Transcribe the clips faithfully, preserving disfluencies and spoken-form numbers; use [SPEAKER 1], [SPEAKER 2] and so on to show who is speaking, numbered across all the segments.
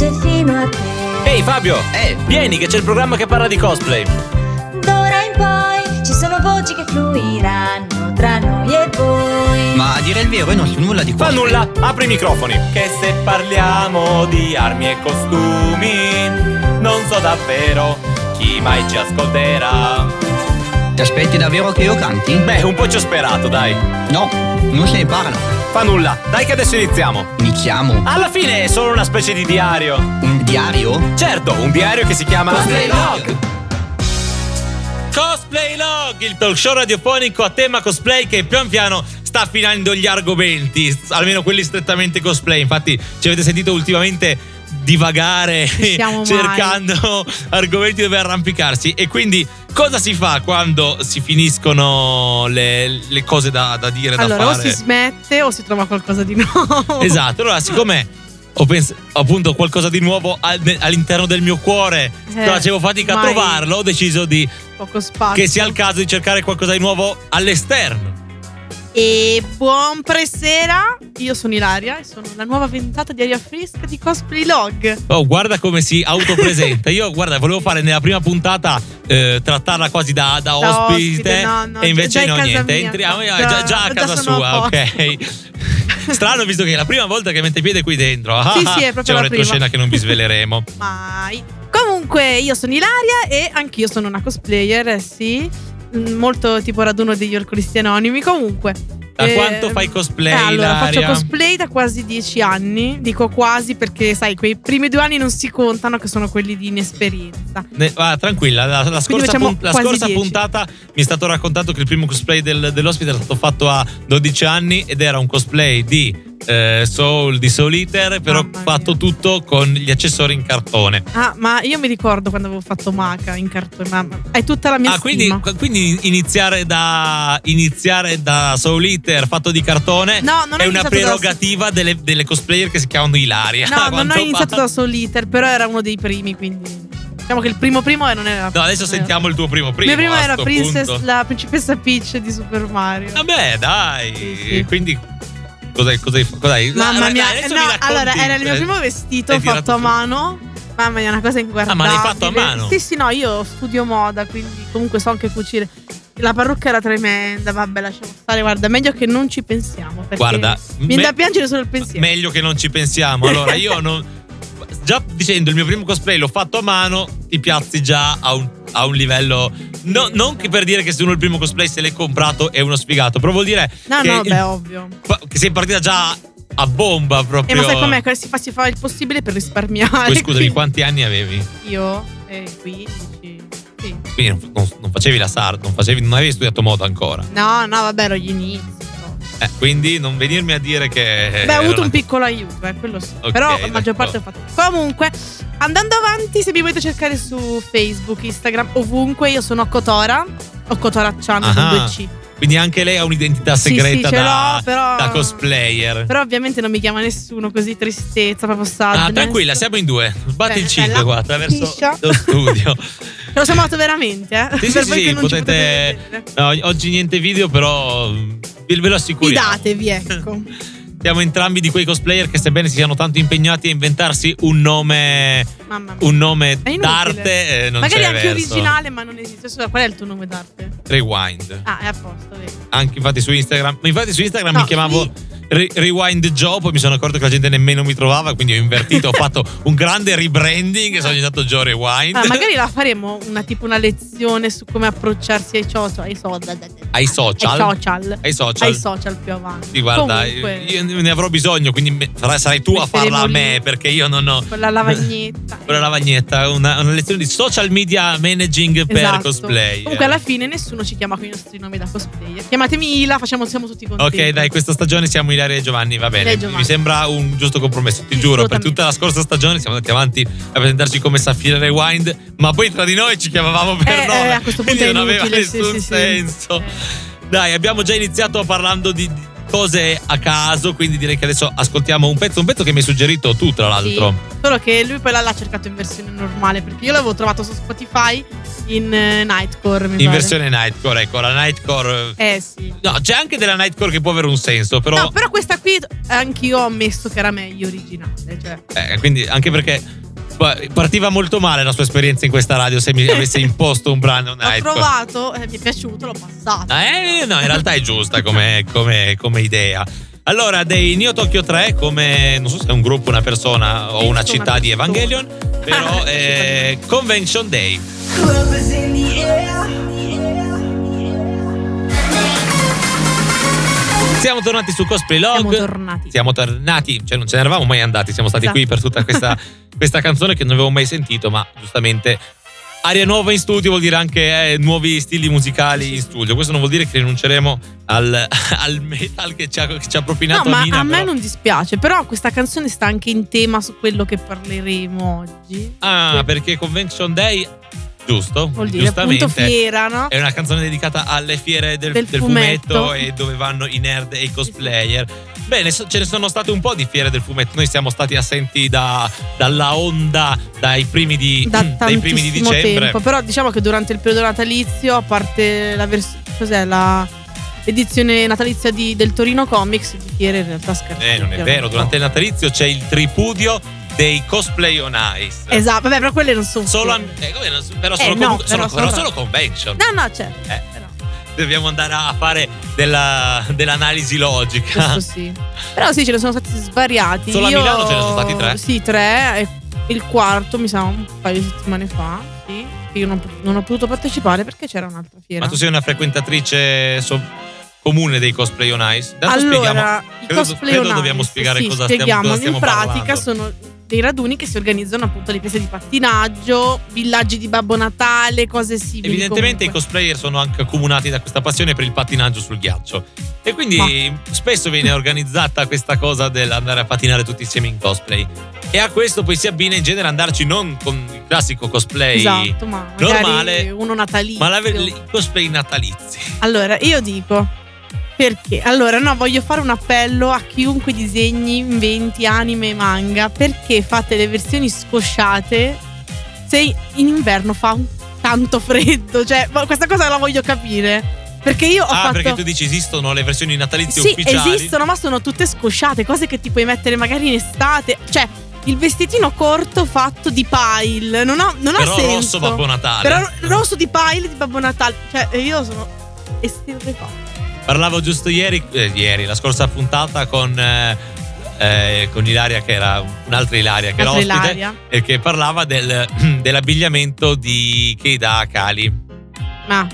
[SPEAKER 1] piace fino a te.
[SPEAKER 2] Ehi Fabio,
[SPEAKER 3] Eh.
[SPEAKER 2] vieni che c'è il programma che parla di cosplay.
[SPEAKER 1] D'ora in poi ci sono voci che fluiranno tra noi e voi.
[SPEAKER 3] Ma a dire il vero io non so nulla di
[SPEAKER 2] Fa
[SPEAKER 3] cosplay.
[SPEAKER 2] nulla, apri i microfoni. Che se parliamo di armi e costumi, non so davvero chi mai ci ascolterà.
[SPEAKER 3] Ti aspetti davvero che io canti?
[SPEAKER 2] Beh, un po' ci ho sperato, dai.
[SPEAKER 3] No, non se ne parla.
[SPEAKER 2] Fa nulla, dai che adesso iniziamo.
[SPEAKER 3] Iniziamo.
[SPEAKER 2] Alla fine è solo una specie di diario.
[SPEAKER 3] Un diario?
[SPEAKER 2] Certo, un diario che si chiama
[SPEAKER 3] Cosplay Log.
[SPEAKER 2] Cosplay Log, il talk show radiofonico a tema cosplay che pian piano sta affinando gli argomenti, almeno quelli strettamente cosplay. Infatti ci avete sentito ultimamente divagare
[SPEAKER 4] siamo
[SPEAKER 2] cercando mai. argomenti dove arrampicarsi. E quindi cosa si fa quando si finiscono le, le cose da, da dire,
[SPEAKER 4] allora,
[SPEAKER 2] da fare?
[SPEAKER 4] Allora o si smette o si trova qualcosa di nuovo.
[SPEAKER 2] Esatto, allora siccome ho pensato appunto qualcosa di nuovo al- all'interno del mio cuore,
[SPEAKER 4] Eh,
[SPEAKER 2] facevo fatica
[SPEAKER 4] mai.
[SPEAKER 2] a trovarlo, ho deciso di
[SPEAKER 4] Poco spazio.
[SPEAKER 2] che sia il caso di cercare qualcosa di nuovo all'esterno.
[SPEAKER 4] E buon presera, io sono Ilaria e sono la nuova ventata di aria fresca di Cosplay Log.
[SPEAKER 2] Oh, guarda come si autopresenta. Io, guarda, volevo fare nella prima puntata eh, trattarla quasi da, da
[SPEAKER 4] Da
[SPEAKER 2] ospite,
[SPEAKER 4] ospite, no, no,
[SPEAKER 2] e invece
[SPEAKER 4] già in
[SPEAKER 2] no,
[SPEAKER 4] casa
[SPEAKER 2] niente.
[SPEAKER 4] mia.
[SPEAKER 2] Entriamo eh,
[SPEAKER 4] Già-
[SPEAKER 2] già, già a
[SPEAKER 4] già
[SPEAKER 2] casa
[SPEAKER 4] sono
[SPEAKER 2] sua,
[SPEAKER 4] a
[SPEAKER 2] ok. Strano, visto che è la prima volta che mette piede qui dentro.
[SPEAKER 4] Sì, sì, è proprio
[SPEAKER 2] C'è un
[SPEAKER 4] la prima.
[SPEAKER 2] retroscena che non vi sveleremo.
[SPEAKER 4] Mai. Comunque, io sono Ilaria e anch'io sono una cosplayer, eh, sì. Mm, Molto tipo raduno degli alcolisti anonimi. Comunque.
[SPEAKER 2] Da
[SPEAKER 4] eh,
[SPEAKER 2] quanto fai cosplay,
[SPEAKER 4] eh, allora,
[SPEAKER 2] Ilaria?
[SPEAKER 4] faccio cosplay da quasi dieci anni. Dico quasi perché, sai, quei primi due anni non si contano, che sono quelli di inesperienza.
[SPEAKER 2] Ne- ah, tranquilla, la, la scorsa,
[SPEAKER 4] facciamo
[SPEAKER 2] pun- la
[SPEAKER 4] quasi
[SPEAKER 2] scorsa
[SPEAKER 4] dieci.
[SPEAKER 2] puntata mi è stato raccontato che il primo cosplay del- dell'ospite era stato fatto a dodici anni ed era un cosplay di eh, Soul, di Soul Eater, però
[SPEAKER 4] Mamma
[SPEAKER 2] fatto
[SPEAKER 4] mia.
[SPEAKER 2] tutto con gli accessori in cartone.
[SPEAKER 4] Ah, ma io mi ricordo quando avevo fatto Maca in cartone. Ma hai tutta la mia
[SPEAKER 2] Ah, quindi,
[SPEAKER 4] stima.
[SPEAKER 2] quindi iniziare da iniziare da Soul Eater fatto di cartone
[SPEAKER 4] No, non ho
[SPEAKER 2] è una
[SPEAKER 4] iniziato da-
[SPEAKER 2] prerogativa delle, delle cosplayer che si chiamano Ilaria.
[SPEAKER 4] No,
[SPEAKER 2] a
[SPEAKER 4] non
[SPEAKER 2] quanto
[SPEAKER 4] ho iniziato
[SPEAKER 2] pare.
[SPEAKER 4] da Soul Eater, però era uno dei primi, quindi diciamo che il primo primo eh, non era.
[SPEAKER 2] No, adesso sentiamo il tuo primo
[SPEAKER 4] Il
[SPEAKER 2] primo.
[SPEAKER 4] mio primo
[SPEAKER 2] a
[SPEAKER 4] era
[SPEAKER 2] sto
[SPEAKER 4] Princess,
[SPEAKER 2] punto.
[SPEAKER 4] la principessa Peach di Super Mario.
[SPEAKER 2] Vabbè, dai.
[SPEAKER 4] Sì, sì.
[SPEAKER 2] Quindi cos'hai, cos'hai, cos'hai?
[SPEAKER 4] Mamma
[SPEAKER 2] Dai,
[SPEAKER 4] mia,
[SPEAKER 2] adesso
[SPEAKER 4] no,
[SPEAKER 2] mi racconti.
[SPEAKER 4] allora era il mio primo vestito
[SPEAKER 2] Hai
[SPEAKER 4] fatto
[SPEAKER 2] tirato
[SPEAKER 4] a
[SPEAKER 2] su.
[SPEAKER 4] mano. Mamma mia, una cosa inguardabile.
[SPEAKER 2] Ah, ma l'hai fatto a mano?
[SPEAKER 4] Sì, sì, no, io studio moda, quindi comunque so anche cucire. La parrucca era tremenda, vabbè, lasciamo stare, guarda, meglio che non ci pensiamo. Perché
[SPEAKER 2] Guarda,
[SPEAKER 4] mi
[SPEAKER 2] me-
[SPEAKER 4] viene da piangere solo il pensiero.
[SPEAKER 2] Meglio che non ci pensiamo. Allora, io non. Già dicendo il mio primo cosplay l'ho fatto a mano, ti piazzi già a un, a un livello. No, non che per dire che se uno il primo cosplay se l'è comprato è uno sfigato, però vuol dire
[SPEAKER 4] No,
[SPEAKER 2] che,
[SPEAKER 4] no,
[SPEAKER 2] il-
[SPEAKER 4] beh, ovvio.
[SPEAKER 2] che sei partita già a bomba proprio.
[SPEAKER 4] Eh, ma sai com'è? Si fa, si fa il possibile per risparmiare.
[SPEAKER 2] Poi scusami,
[SPEAKER 4] quindi
[SPEAKER 2] quanti anni avevi?
[SPEAKER 4] Io, eh, quindici. Sì.
[SPEAKER 2] Quindi non, non- non facevi la sarda, non, facevi, non avevi studiato moda ancora.
[SPEAKER 4] No, no, vabbè, ero gli inizi. però.
[SPEAKER 2] Eh, quindi non venirmi a dire che.
[SPEAKER 4] Beh, ho
[SPEAKER 2] era
[SPEAKER 4] avuto
[SPEAKER 2] una-
[SPEAKER 4] un piccolo aiuto, eh, quello sì.
[SPEAKER 2] Ok,
[SPEAKER 4] Però la maggior
[SPEAKER 2] d'accordo.
[SPEAKER 4] parte l'ho fatto. Comunque, andando avanti, se mi volete cercare su Facebook, Instagram, ovunque, io sono Kotora. O Kotora Chan
[SPEAKER 2] Ah.
[SPEAKER 4] con due C.
[SPEAKER 2] Quindi anche lei ha un'identità
[SPEAKER 4] Sì,
[SPEAKER 2] segreta
[SPEAKER 4] sì, ce
[SPEAKER 2] da,
[SPEAKER 4] l'ho, però-
[SPEAKER 2] da cosplayer.
[SPEAKER 4] Però ovviamente non mi chiama nessuno, così tristezza, proprio sadness.
[SPEAKER 2] Ah, tranquilla, siamo in due. Sbatti
[SPEAKER 4] Bene,
[SPEAKER 2] il cinque
[SPEAKER 4] bella.
[SPEAKER 2] qua attraverso
[SPEAKER 4] Piscia.
[SPEAKER 2] lo studio.
[SPEAKER 4] Ce lo siamo fatto veramente, eh?
[SPEAKER 2] Sì, sì,
[SPEAKER 4] Per
[SPEAKER 2] sì,
[SPEAKER 4] voi
[SPEAKER 2] sì,
[SPEAKER 4] che non ci
[SPEAKER 2] potete.
[SPEAKER 4] potete vedere.
[SPEAKER 2] No, oggi niente video, però mm, ve ve lo assicuriamo.
[SPEAKER 4] Fidatevi, ecco.
[SPEAKER 2] Siamo entrambi di quei cosplayer che, sebbene si siano tanto impegnati a inventarsi un nome,
[SPEAKER 4] Mamma mia.
[SPEAKER 2] un nome
[SPEAKER 4] È inutile.
[SPEAKER 2] d'arte, eh, non
[SPEAKER 4] Magari
[SPEAKER 2] c'è
[SPEAKER 4] anche
[SPEAKER 2] verso.
[SPEAKER 4] originale, ma non esiste. Scusa, qual è il tuo nome d'arte?
[SPEAKER 2] Rewind.
[SPEAKER 4] Ah, è a posto, vedi.
[SPEAKER 2] Anche infatti su Instagram. Infatti su Instagram
[SPEAKER 4] No,
[SPEAKER 2] mi chiamavo
[SPEAKER 4] sì.
[SPEAKER 2] Re- Rewind Joe, poi mi sono accorto che la gente nemmeno mi trovava, quindi ho invertito, ho fatto un grande rebranding e sono diventato Joe Rewind.
[SPEAKER 4] Ah, magari la faremo una tipo una lezione su come approcciarsi ai social, ai social,
[SPEAKER 2] Ai social.
[SPEAKER 4] ai social,
[SPEAKER 2] Ai social.
[SPEAKER 4] ai social più avanti.
[SPEAKER 2] Sì, guarda,
[SPEAKER 4] Comunque,
[SPEAKER 2] io ne avrò bisogno, quindi me- sarai, sarai tu a
[SPEAKER 4] Metteremo
[SPEAKER 2] farla a me,
[SPEAKER 4] lì.
[SPEAKER 2] perché io non ho.
[SPEAKER 4] con la lavagnetta.
[SPEAKER 2] Con la lavagnetta, una, una lezione di social media managing per
[SPEAKER 4] Esatto.
[SPEAKER 2] cosplay.
[SPEAKER 4] Comunque alla fine nessuno ci chiama con i nostri nomi da cosplayer. Chiamatemi Ila, facciamo, siamo tutti contenti.
[SPEAKER 2] Ok, dai, questa stagione siamo Ilaria e Giovanni, va bene.
[SPEAKER 4] Ilaria e Giovanni.
[SPEAKER 2] Mi sembra un giusto compromesso, ti
[SPEAKER 4] Sì,
[SPEAKER 2] giuro. Per
[SPEAKER 4] assolutamente.
[SPEAKER 2] tutta la scorsa stagione siamo andati avanti a presentarci come Safira Rewind, ma poi tra di noi ci chiamavamo per
[SPEAKER 4] Eh,
[SPEAKER 2] nome.
[SPEAKER 4] eh, a questo punto
[SPEAKER 2] quindi
[SPEAKER 4] è
[SPEAKER 2] non aveva
[SPEAKER 4] inutile, sì,
[SPEAKER 2] nessun
[SPEAKER 4] sì, sì.
[SPEAKER 2] senso.
[SPEAKER 4] Eh.
[SPEAKER 2] Dai, abbiamo già iniziato parlando di, cose a caso, quindi direi che adesso ascoltiamo un pezzo, un pezzo che mi hai suggerito tu, tra l'altro.
[SPEAKER 4] Sì, solo che lui poi l'ha cercato in versione normale, perché io l'avevo trovato su Spotify in eh, Nightcore, mi
[SPEAKER 2] In
[SPEAKER 4] pare.
[SPEAKER 2] versione Nightcore, ecco, la Nightcore.
[SPEAKER 4] Eh sì.
[SPEAKER 2] No, c'è anche della Nightcore che può avere un senso, però.
[SPEAKER 4] No, però questa qui anch'io ho ammesso che era meglio originale, cioè.
[SPEAKER 2] Eh, quindi anche perché partiva molto male la sua esperienza in questa radio se mi avesse imposto un brano
[SPEAKER 4] L'ho
[SPEAKER 2] Nightcore.
[SPEAKER 4] trovato, eh, mi è piaciuto, l'ho passato.
[SPEAKER 2] Eh, no, in realtà è giusta come, come, come idea. Allora, dei Neo Tokyo tre, come non so se è un gruppo, una persona o una città di Evangelion, però è Convention Day. Siamo tornati su Cosplay Log.
[SPEAKER 4] Siamo tornati.
[SPEAKER 2] Siamo tornati, cioè non ce ne eravamo mai andati, siamo stati
[SPEAKER 4] Esatto.
[SPEAKER 2] qui per tutta questa, questa canzone che non avevo mai sentito, ma giustamente aria nuova in studio vuol dire anche eh, nuovi stili musicali in studio. Questo non vuol dire che rinunceremo al, al metal che ci ha, che ci ha propinato
[SPEAKER 4] No, ma
[SPEAKER 2] Mina,
[SPEAKER 4] a me
[SPEAKER 2] però.
[SPEAKER 4] non dispiace, però questa canzone sta anche in tema su quello che parleremo oggi.
[SPEAKER 2] Ah,
[SPEAKER 4] Sì.
[SPEAKER 2] perché Convention Day, giusto?
[SPEAKER 4] Vuol dire
[SPEAKER 2] Giustamente.
[SPEAKER 4] appunto fiera, no?
[SPEAKER 2] È una canzone dedicata alle fiere del,
[SPEAKER 4] Del
[SPEAKER 2] del
[SPEAKER 4] fumetto.
[SPEAKER 2] fumetto e dove vanno i nerd e i cosplayer. Bene, so- ce ne sono state un po' di fiere del fumetto. Noi siamo stati assenti da, dalla onda dai primi di,
[SPEAKER 4] Da
[SPEAKER 2] dai primi di
[SPEAKER 4] tantissimo
[SPEAKER 2] dicembre.
[SPEAKER 4] tempo. Però diciamo che durante il periodo natalizio, a parte la vers- cos'è la edizione natalizia di- del Torino Comics, di fiere in realtà scarsa.
[SPEAKER 2] Eh, non è vero, durante il natalizio c'è il tripudio dei Cosplay on Ice.
[SPEAKER 4] Esatto, vabbè, però quelle non sono
[SPEAKER 2] Solo,
[SPEAKER 4] fiere.
[SPEAKER 2] eh, come non- però
[SPEAKER 4] Eh,
[SPEAKER 2] sono,
[SPEAKER 4] no,
[SPEAKER 2] comunque- sono-
[SPEAKER 4] però
[SPEAKER 2] però
[SPEAKER 4] sono-
[SPEAKER 2] solo convention.
[SPEAKER 4] No, no, certo.
[SPEAKER 2] Eh.
[SPEAKER 4] Però,
[SPEAKER 2] Dobbiamo andare a fare della, dell'analisi logica.
[SPEAKER 4] questo sì. Però sì, ce ne sono stati svariati.
[SPEAKER 2] Solo a
[SPEAKER 4] Io-
[SPEAKER 2] Milano ce ne sono stati tre?
[SPEAKER 4] Sì, tre. E il quarto, mi sa, un paio di settimane fa. Sì. Che io non, non ho potuto partecipare perché c'era un'altra fiera.
[SPEAKER 2] Ma tu sei una frequentatrice so- comune dei Cosplay on Ice? Intanto spieghiamo.
[SPEAKER 4] Allora, i
[SPEAKER 2] credo-
[SPEAKER 4] cosplay
[SPEAKER 2] credo
[SPEAKER 4] on
[SPEAKER 2] dobbiamo
[SPEAKER 4] ice,
[SPEAKER 2] spiegare
[SPEAKER 4] sì,
[SPEAKER 2] cosa stiamo-
[SPEAKER 4] spieghiamo.
[SPEAKER 2] cosa stiamo
[SPEAKER 4] In pratica
[SPEAKER 2] parlando.
[SPEAKER 4] sono dei raduni che si organizzano appunto alle piste di pattinaggio, villaggi di Babbo Natale, cose simili.
[SPEAKER 2] Evidentemente i
[SPEAKER 4] comunque.
[SPEAKER 2] cosplayer sono anche accomunati da questa passione per il pattinaggio sul ghiaccio. E quindi spesso viene organizzata questa cosa dell'andare a pattinare tutti insieme in cosplay. E a questo poi si abbina in genere andarci non con il classico cosplay
[SPEAKER 4] Esatto, ma magari
[SPEAKER 2] normale,
[SPEAKER 4] uno natalizio.
[SPEAKER 2] ma la, i cosplay natalizi.
[SPEAKER 4] Allora, io dico perché? Allora, no, voglio fare un appello a chiunque disegni, inventi, anime e manga, perché fate le versioni scosciate se in inverno fa un tanto freddo, cioè ma questa cosa la voglio capire. Perché io ho
[SPEAKER 2] Ah,
[SPEAKER 4] fatto
[SPEAKER 2] perché tu dici esistono le versioni natalizie
[SPEAKER 4] Sì,
[SPEAKER 2] ufficiali?
[SPEAKER 4] esistono, ma sono tutte scosciate, cose che ti puoi mettere magari in estate, cioè il vestitino corto fatto di pile, non ha, non
[SPEAKER 2] Però
[SPEAKER 4] ha senso.
[SPEAKER 2] rosso Babbo Natale.
[SPEAKER 4] Però rosso di pile di Babbo Natale, cioè io sono esterrefatta.
[SPEAKER 2] Parlavo giusto ieri, eh, ieri, la scorsa puntata con, eh, eh, con Ilaria, che era un'altra Ilaria, che era
[SPEAKER 4] Altra
[SPEAKER 2] ospite,
[SPEAKER 4] Ilaria.
[SPEAKER 2] e che parlava del, dell'abbigliamento di Keida Akali,
[SPEAKER 4] Ma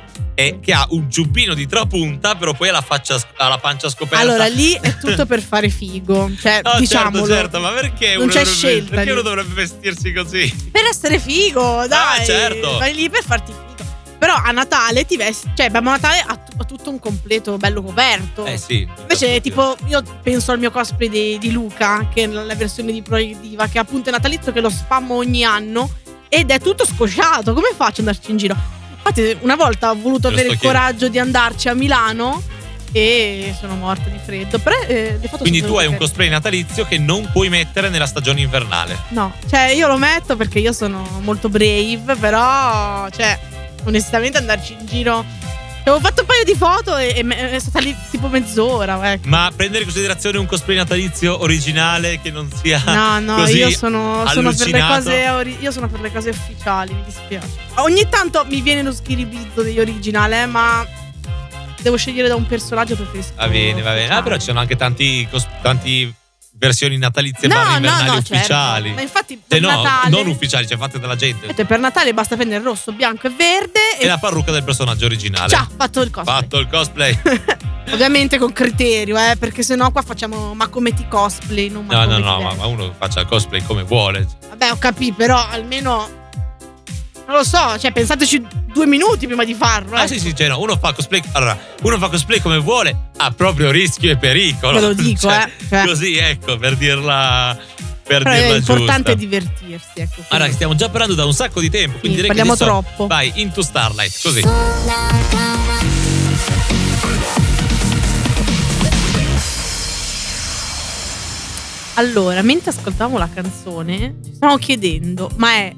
[SPEAKER 2] e che ha un giubbino di trapunta, però poi ha la, faccia, ha la pancia scoperta.
[SPEAKER 4] allora lì è tutto per fare figo, cioè
[SPEAKER 2] No,
[SPEAKER 4] diciamolo.
[SPEAKER 2] certo, certo, ma perché
[SPEAKER 4] Non
[SPEAKER 2] uno,
[SPEAKER 4] c'è
[SPEAKER 2] dovrebbe,
[SPEAKER 4] scelta
[SPEAKER 2] perché
[SPEAKER 4] lì.
[SPEAKER 2] uno dovrebbe vestirsi così?
[SPEAKER 4] Per essere figo, dai.
[SPEAKER 2] certo.
[SPEAKER 4] Vai lì per farti figo. Però a Natale ti vesti, cioè Babbo Natale ha, tu- ha tutto un completo bello coperto.
[SPEAKER 2] Eh sì.
[SPEAKER 4] Invece, tipo, io penso al mio cosplay di, di Luca, che è la versione di Proiettiva, che appunto è natalizio, che lo spammo ogni anno ed è tutto scosciato. Come faccio ad andarci in giro? Infatti, una volta ho voluto
[SPEAKER 2] Te lo
[SPEAKER 4] avere
[SPEAKER 2] sto
[SPEAKER 4] il coraggio di andarci a Milano e sono morta di freddo. Però eh, le foto
[SPEAKER 2] Quindi
[SPEAKER 4] sono
[SPEAKER 2] tu hai un
[SPEAKER 4] carine.
[SPEAKER 2] cosplay natalizio che non puoi mettere nella stagione invernale.
[SPEAKER 4] No, cioè io lo metto perché io sono molto brave, però, cioè, onestamente andarci in giro. Avevo fatto un paio di foto e, e me- è stata lì tipo mezz'ora, ecco.
[SPEAKER 2] Ma prendere in considerazione un cosplay natalizio originale che non sia
[SPEAKER 4] No, no,
[SPEAKER 2] così
[SPEAKER 4] io sono, sono per le
[SPEAKER 2] allucinato.
[SPEAKER 4] cose ori- io sono per le cose ufficiali, mi dispiace. Ogni tanto mi viene lo schiribizzo degli originali, eh, ma devo scegliere da un personaggio, preferisco.
[SPEAKER 2] Va bene, va bene. Ah, però ci sono anche tanti, cos- tanti versioni natalizie
[SPEAKER 4] No,
[SPEAKER 2] barra
[SPEAKER 4] no,
[SPEAKER 2] invernali
[SPEAKER 4] no,
[SPEAKER 2] ufficiali.
[SPEAKER 4] certo. Ma infatti
[SPEAKER 2] Cioè,
[SPEAKER 4] per
[SPEAKER 2] no,
[SPEAKER 4] Natale
[SPEAKER 2] non ufficiali, cioè fatte dalla gente.
[SPEAKER 4] Vedete, per Natale basta prendere rosso, bianco e verde
[SPEAKER 2] E la parrucca del personaggio originale.
[SPEAKER 4] ciao, fatto il cosplay.
[SPEAKER 2] Fatto il cosplay.
[SPEAKER 4] Ovviamente con criterio, eh, perché sennò qua facciamo ma come ti cosplay, non ma
[SPEAKER 2] No, no,
[SPEAKER 4] come
[SPEAKER 2] no,
[SPEAKER 4] ti
[SPEAKER 2] ma,
[SPEAKER 4] vesti.
[SPEAKER 2] ma uno faccia il cosplay come vuole.
[SPEAKER 4] Vabbè, ho capito, però almeno non lo so, cioè pensateci due minuti prima di farlo.
[SPEAKER 2] Ah,
[SPEAKER 4] eh.
[SPEAKER 2] sì, sì, cioè, no, uno fa cosplay. Allora, uno fa cosplay come vuole, a proprio rischio e pericolo.
[SPEAKER 4] Ve lo dico,
[SPEAKER 2] Cioè,
[SPEAKER 4] eh, cioè.
[SPEAKER 2] Così, ecco, per dirla. Per
[SPEAKER 4] Però è
[SPEAKER 2] dirla
[SPEAKER 4] importante
[SPEAKER 2] giusta.
[SPEAKER 4] divertirsi, ecco.
[SPEAKER 2] Allora, che stiamo già parlando da un sacco di tempo, quindi
[SPEAKER 4] Sì,
[SPEAKER 2] direi
[SPEAKER 4] parliamo
[SPEAKER 2] che adesso
[SPEAKER 4] troppo.
[SPEAKER 2] vai into Starlight, così.
[SPEAKER 4] Allora, mentre ascoltavamo la canzone, ci stavamo chiedendo, ma è,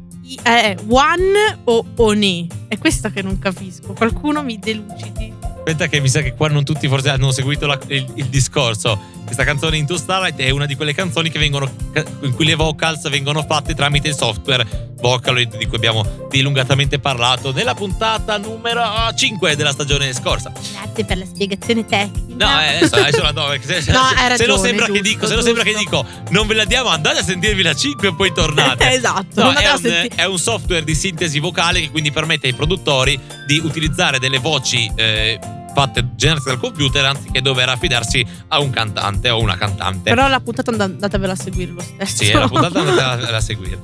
[SPEAKER 4] è One o One? È questa che non capisco. Qualcuno mi delucidi.
[SPEAKER 2] Aspetta che mi sa che qua non tutti forse hanno seguito la, il, il discorso. Questa canzone Into Starlight è una di quelle canzoni che vengono in cui le vocals vengono fatte tramite il software Vocaloid, di cui abbiamo dilungatamente parlato nella puntata numero cinque della stagione scorsa.
[SPEAKER 1] Grazie per la spiegazione tecnica.
[SPEAKER 2] No, eh, adesso, adesso la do, perché se,
[SPEAKER 4] No,
[SPEAKER 2] se,
[SPEAKER 4] hai
[SPEAKER 2] se non
[SPEAKER 4] ragione,
[SPEAKER 2] sembra che
[SPEAKER 4] giusto,
[SPEAKER 2] dico, se non sembra che
[SPEAKER 4] giusto.
[SPEAKER 2] dico non ve la diamo, andate a sentirvi la cinque e poi tornate.
[SPEAKER 4] Esatto,
[SPEAKER 2] No,
[SPEAKER 4] andate
[SPEAKER 2] è,
[SPEAKER 4] a
[SPEAKER 2] un,
[SPEAKER 4] senti-
[SPEAKER 2] è un software di sintesi vocale che quindi permette ai produttori di utilizzare delle voci eh, fatte generate dal computer anziché dover affidarsi a un cantante o una cantante.
[SPEAKER 4] Però la puntata and- andatevela a seguire lo stesso.
[SPEAKER 2] Sì, è la puntata andate a seguire.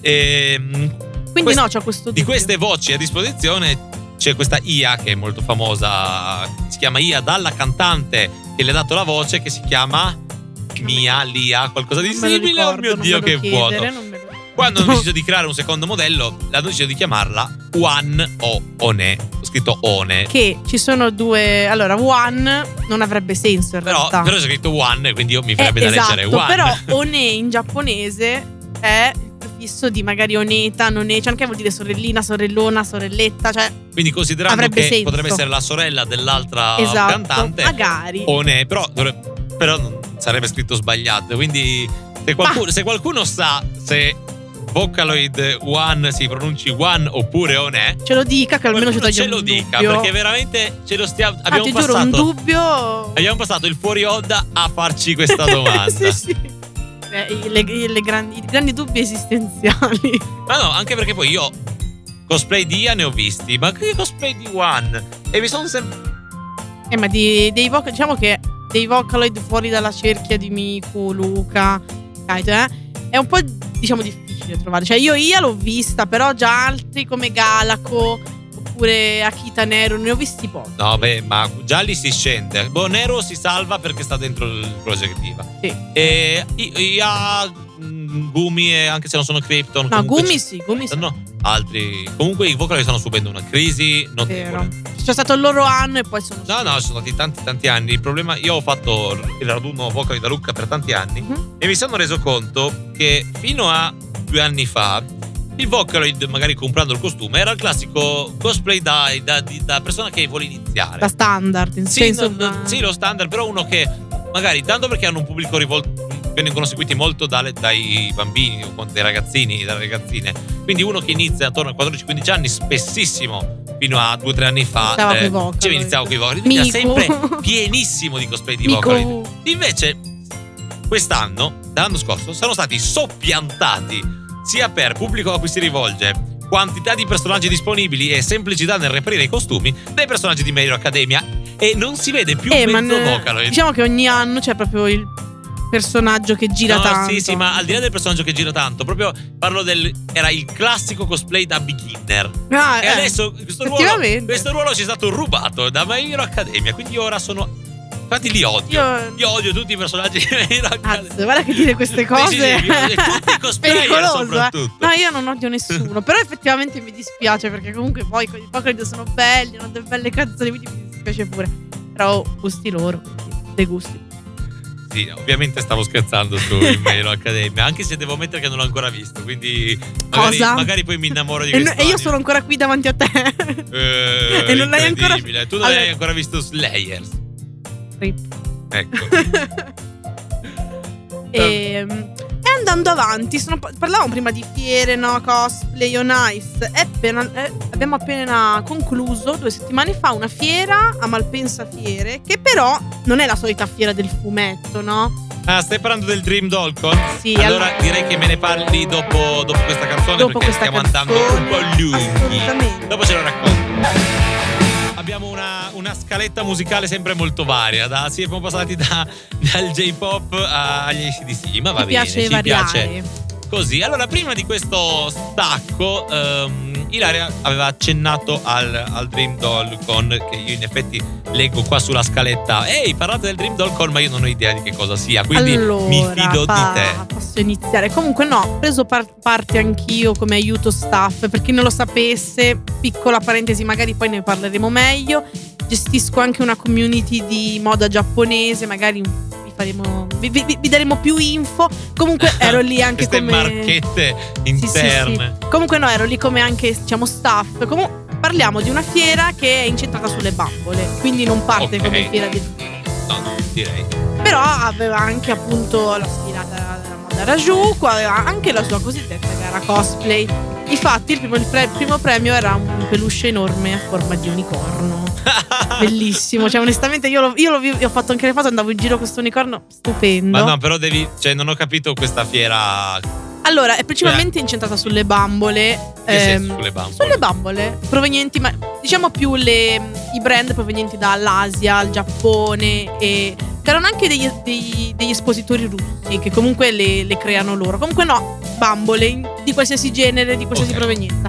[SPEAKER 2] Ehm,
[SPEAKER 4] Quindi
[SPEAKER 2] quest-
[SPEAKER 4] no, c'ho questo
[SPEAKER 2] Di
[SPEAKER 4] dubbio.
[SPEAKER 2] queste voci a disposizione c'è questa I A che è molto famosa, si chiama I A dalla cantante che le ha dato la voce, che si chiama Mia, Lia, qualcosa di
[SPEAKER 4] Non me lo
[SPEAKER 2] simile. Oh
[SPEAKER 4] ricordo,
[SPEAKER 2] mio
[SPEAKER 4] non
[SPEAKER 2] Dio,
[SPEAKER 4] me lo
[SPEAKER 2] che
[SPEAKER 4] chiedere,
[SPEAKER 2] vuoto.
[SPEAKER 4] non me lo-
[SPEAKER 2] Quando hanno deciso di creare un secondo modello, hanno deciso di chiamarla One o One. Ho scritto One.
[SPEAKER 4] Che ci sono due. Allora, One non avrebbe senso in
[SPEAKER 2] Però,
[SPEAKER 4] realtà.
[SPEAKER 2] però c'è scritto One, quindi io mi
[SPEAKER 4] Eh,
[SPEAKER 2] verrebbe da
[SPEAKER 4] esatto,
[SPEAKER 2] leggere One.
[SPEAKER 4] però One in giapponese è il prefisso di magari Oneta, None, cioè che vuol dire sorellina, sorellona, sorelletta, cioè
[SPEAKER 2] Quindi considerando
[SPEAKER 4] avrebbe
[SPEAKER 2] che
[SPEAKER 4] senso.
[SPEAKER 2] potrebbe essere la sorella dell'altra
[SPEAKER 4] esatto,
[SPEAKER 2] cantante,
[SPEAKER 4] magari.
[SPEAKER 2] One, però, dovrebbe- però non sarebbe scritto sbagliato. Quindi se qualcuno, se qualcuno sa se Vocaloid One si pronunci One oppure One,
[SPEAKER 4] Ce lo dica che almeno ci
[SPEAKER 2] qualcuno
[SPEAKER 4] toglie
[SPEAKER 2] ce lo
[SPEAKER 4] un
[SPEAKER 2] dica,
[SPEAKER 4] dubbio.
[SPEAKER 2] perché veramente ce lo stiamo
[SPEAKER 4] Ah,
[SPEAKER 2] abbiamo
[SPEAKER 4] ti
[SPEAKER 2] passato
[SPEAKER 4] giuro, un dubbio.
[SPEAKER 2] abbiamo passato il fuori onda a farci questa domanda.
[SPEAKER 4] Sì, sì. Eh, i- le- i- le grandi, i grandi dubbi esistenziali.
[SPEAKER 2] Ma no, anche perché poi io cosplay di I A ne ho visti, ma che cosplay di One? E mi sono sempre
[SPEAKER 4] Eh, ma di, dei voc- diciamo che dei Vocaloid fuori dalla cerchia di Miku, Luca, Kaito, eh, è un po' diciamo difficile trovare. Cioè io Ia l'ho vista, però già altri come Galaco oppure Akita Nero ne ho visti pochi.
[SPEAKER 2] No, beh, ma già lì si scende. Boh, Nero si salva perché sta dentro il Project Diva.
[SPEAKER 4] Sì.
[SPEAKER 2] E I- Ia, mm, Gumi, e anche se non sono Krypton.
[SPEAKER 4] No,
[SPEAKER 2] comunque
[SPEAKER 4] Gumi
[SPEAKER 2] ci-
[SPEAKER 4] sì, Gumi sì.
[SPEAKER 2] No, altri. Comunque i Vocaloid stanno subendo una crisi notevole.
[SPEAKER 4] Vero. C'è stato il loro anno e poi sono
[SPEAKER 2] No, no, sono stati tanti tanti anni. Il problema, io ho fatto il raduno Vocaloid da Lucca per tanti anni
[SPEAKER 4] Mhm.
[SPEAKER 2] e mi sono reso conto che fino a due anni fa il Vocaloid, magari comprando il costume, era il classico cosplay da, da, di- da persona che vuole iniziare.
[SPEAKER 4] da standard, in
[SPEAKER 2] Sì,
[SPEAKER 4] senso
[SPEAKER 2] no, no, sì, lo standard, però uno che magari, tanto perché hanno un pubblico rivolto, vengono seguiti molto dalle- dai bambini o dai ragazzini, dalle ragazzine. Quindi uno che inizia attorno ai quattordici quindici anni, spessissimo, fino a due o tre anni fa,
[SPEAKER 4] Iniziava coi Vocaloid.
[SPEAKER 2] cioè, iniziava con i Vocaloid. Quindi era
[SPEAKER 4] Miku.
[SPEAKER 2] sempre pienissimo di cosplay di
[SPEAKER 4] Miku.
[SPEAKER 2] Vocaloid. Invece, quest'anno, dall'anno scorso, sono stati soppiantati sia per pubblico a cui si rivolge, quantità di personaggi disponibili e semplicità nel reperire i costumi dei personaggi di My Hero Academia, e non si vede più
[SPEAKER 4] Eh, ma
[SPEAKER 2] mezzo
[SPEAKER 4] ne-
[SPEAKER 2] Vocaloid.
[SPEAKER 4] diciamo che ogni anno c'è proprio il personaggio che gira
[SPEAKER 2] No,
[SPEAKER 4] tanto.
[SPEAKER 2] sì, sì, ma al di là del personaggio che gira tanto, proprio parlo del. Era il classico cosplay da beginner.
[SPEAKER 4] Ah,
[SPEAKER 2] E
[SPEAKER 4] eh,
[SPEAKER 2] adesso questo ruolo,
[SPEAKER 4] effettivamente.
[SPEAKER 2] questo ruolo ci è stato rubato da My Hero Academia. Quindi ora sono. Infatti li odio.
[SPEAKER 4] Io-
[SPEAKER 2] Io odio tutti i personaggi di My Hero Academia.
[SPEAKER 4] Azz, guarda che dire queste cose
[SPEAKER 2] Sì, sì, sì, io odio tutti i cosplayer
[SPEAKER 4] pericoloso, eh.
[SPEAKER 2] soprattutto.
[SPEAKER 4] No, io non odio nessuno. Però effettivamente mi dispiace, perché comunque poi i Vocaloid sono belli, hanno delle belle canzoni, quindi mi dispiace pure. Però gusti loro, dei gusti.
[SPEAKER 2] Sì, ovviamente stavo scherzando su My Hero Academia, anche se devo ammettere che non l'ho ancora visto. Quindi magari,
[SPEAKER 4] Cosa?
[SPEAKER 2] magari poi mi innamoro di
[SPEAKER 4] E,
[SPEAKER 2] questo
[SPEAKER 4] e io
[SPEAKER 2] anime.
[SPEAKER 4] sono ancora qui davanti a te.
[SPEAKER 2] Eh,
[SPEAKER 4] E non l'hai ancora-
[SPEAKER 2] incredibile. Tu non
[SPEAKER 4] Allora-
[SPEAKER 2] hai ancora visto Slayers.
[SPEAKER 4] Rip.
[SPEAKER 2] Ecco.
[SPEAKER 4] E, e andando avanti, sono- parlavamo prima di fiere, no? Cosplay on Ice. È appena- è- abbiamo appena concluso due settimane fa una fiera a Malpensa Fiere, che però non è la solita fiera del fumetto, no?
[SPEAKER 2] Ah, stai parlando del Dream Dollcon?
[SPEAKER 4] Sì,
[SPEAKER 2] Allora
[SPEAKER 4] allora-
[SPEAKER 2] direi che me ne parli dopo, dopo questa canzone,
[SPEAKER 4] Dopo
[SPEAKER 2] perché
[SPEAKER 4] questa
[SPEAKER 2] stiamo
[SPEAKER 4] canzone,
[SPEAKER 2] andando un po' lunghi.
[SPEAKER 4] assolutamente.
[SPEAKER 2] Dopo ce lo racconto. Abbiamo una, una scaletta musicale sempre molto varia. Da, sì, siamo passati da, dal J-pop agli A C D C, ma va
[SPEAKER 4] Mi
[SPEAKER 2] bene,
[SPEAKER 4] piace
[SPEAKER 2] ci
[SPEAKER 4] variare.
[SPEAKER 2] piace così. Allora, prima di questo stacco, ehm, Ilaria aveva accennato al, al Dream Dollcon, che io in effetti leggo qua sulla scaletta. Ehi, parlate del Dream Dollcon, ma io non ho idea di che cosa sia, quindi
[SPEAKER 4] allora,
[SPEAKER 2] mi fido
[SPEAKER 4] pa-
[SPEAKER 2] di te.
[SPEAKER 4] Posso iniziare? Comunque no, ho preso par- parte anch'io come aiuto staff. Per chi non lo sapesse, piccola parentesi, magari poi ne parleremo meglio. Gestisco anche una community di moda giapponese, magari vi faremo, vi, vi, vi daremo più info. Comunque ero lì anche
[SPEAKER 2] Queste
[SPEAKER 4] come
[SPEAKER 2] marchette interne.
[SPEAKER 4] Sì, sì, sì. Comunque no, ero lì come anche, diciamo, staff. Comunque parliamo di una fiera che è incentrata sulle bambole, quindi non parte
[SPEAKER 2] Ok.
[SPEAKER 4] come fiera di...
[SPEAKER 2] No, direi.
[SPEAKER 4] Però aveva anche appunto la sfilata della moda Harajuku, aveva anche la sua cosiddetta gara cosplay. Infatti il primo, il pre- primo premio era un peluche enorme a forma di unicorno. Bellissimo, cioè onestamente io, lo, io, lo, vi- io ho fatto anche le foto, andavo in giro con questo unicorno stupendo.
[SPEAKER 2] Ma no, però devi. Cioè, non ho capito questa fiera.
[SPEAKER 4] Allora, è principalmente incentrata sulle bambole.
[SPEAKER 2] Che
[SPEAKER 4] ehm,
[SPEAKER 2] senso, sulle bambole?
[SPEAKER 4] Sulle bambole provenienti, ma diciamo più le, i brand provenienti dall'Asia, il Giappone e c'erano anche degli, degli, degli espositori russi che comunque le, le creano loro. Comunque no, bambole in- di qualsiasi genere, di qualsiasi
[SPEAKER 2] Ok.
[SPEAKER 4] provenienza.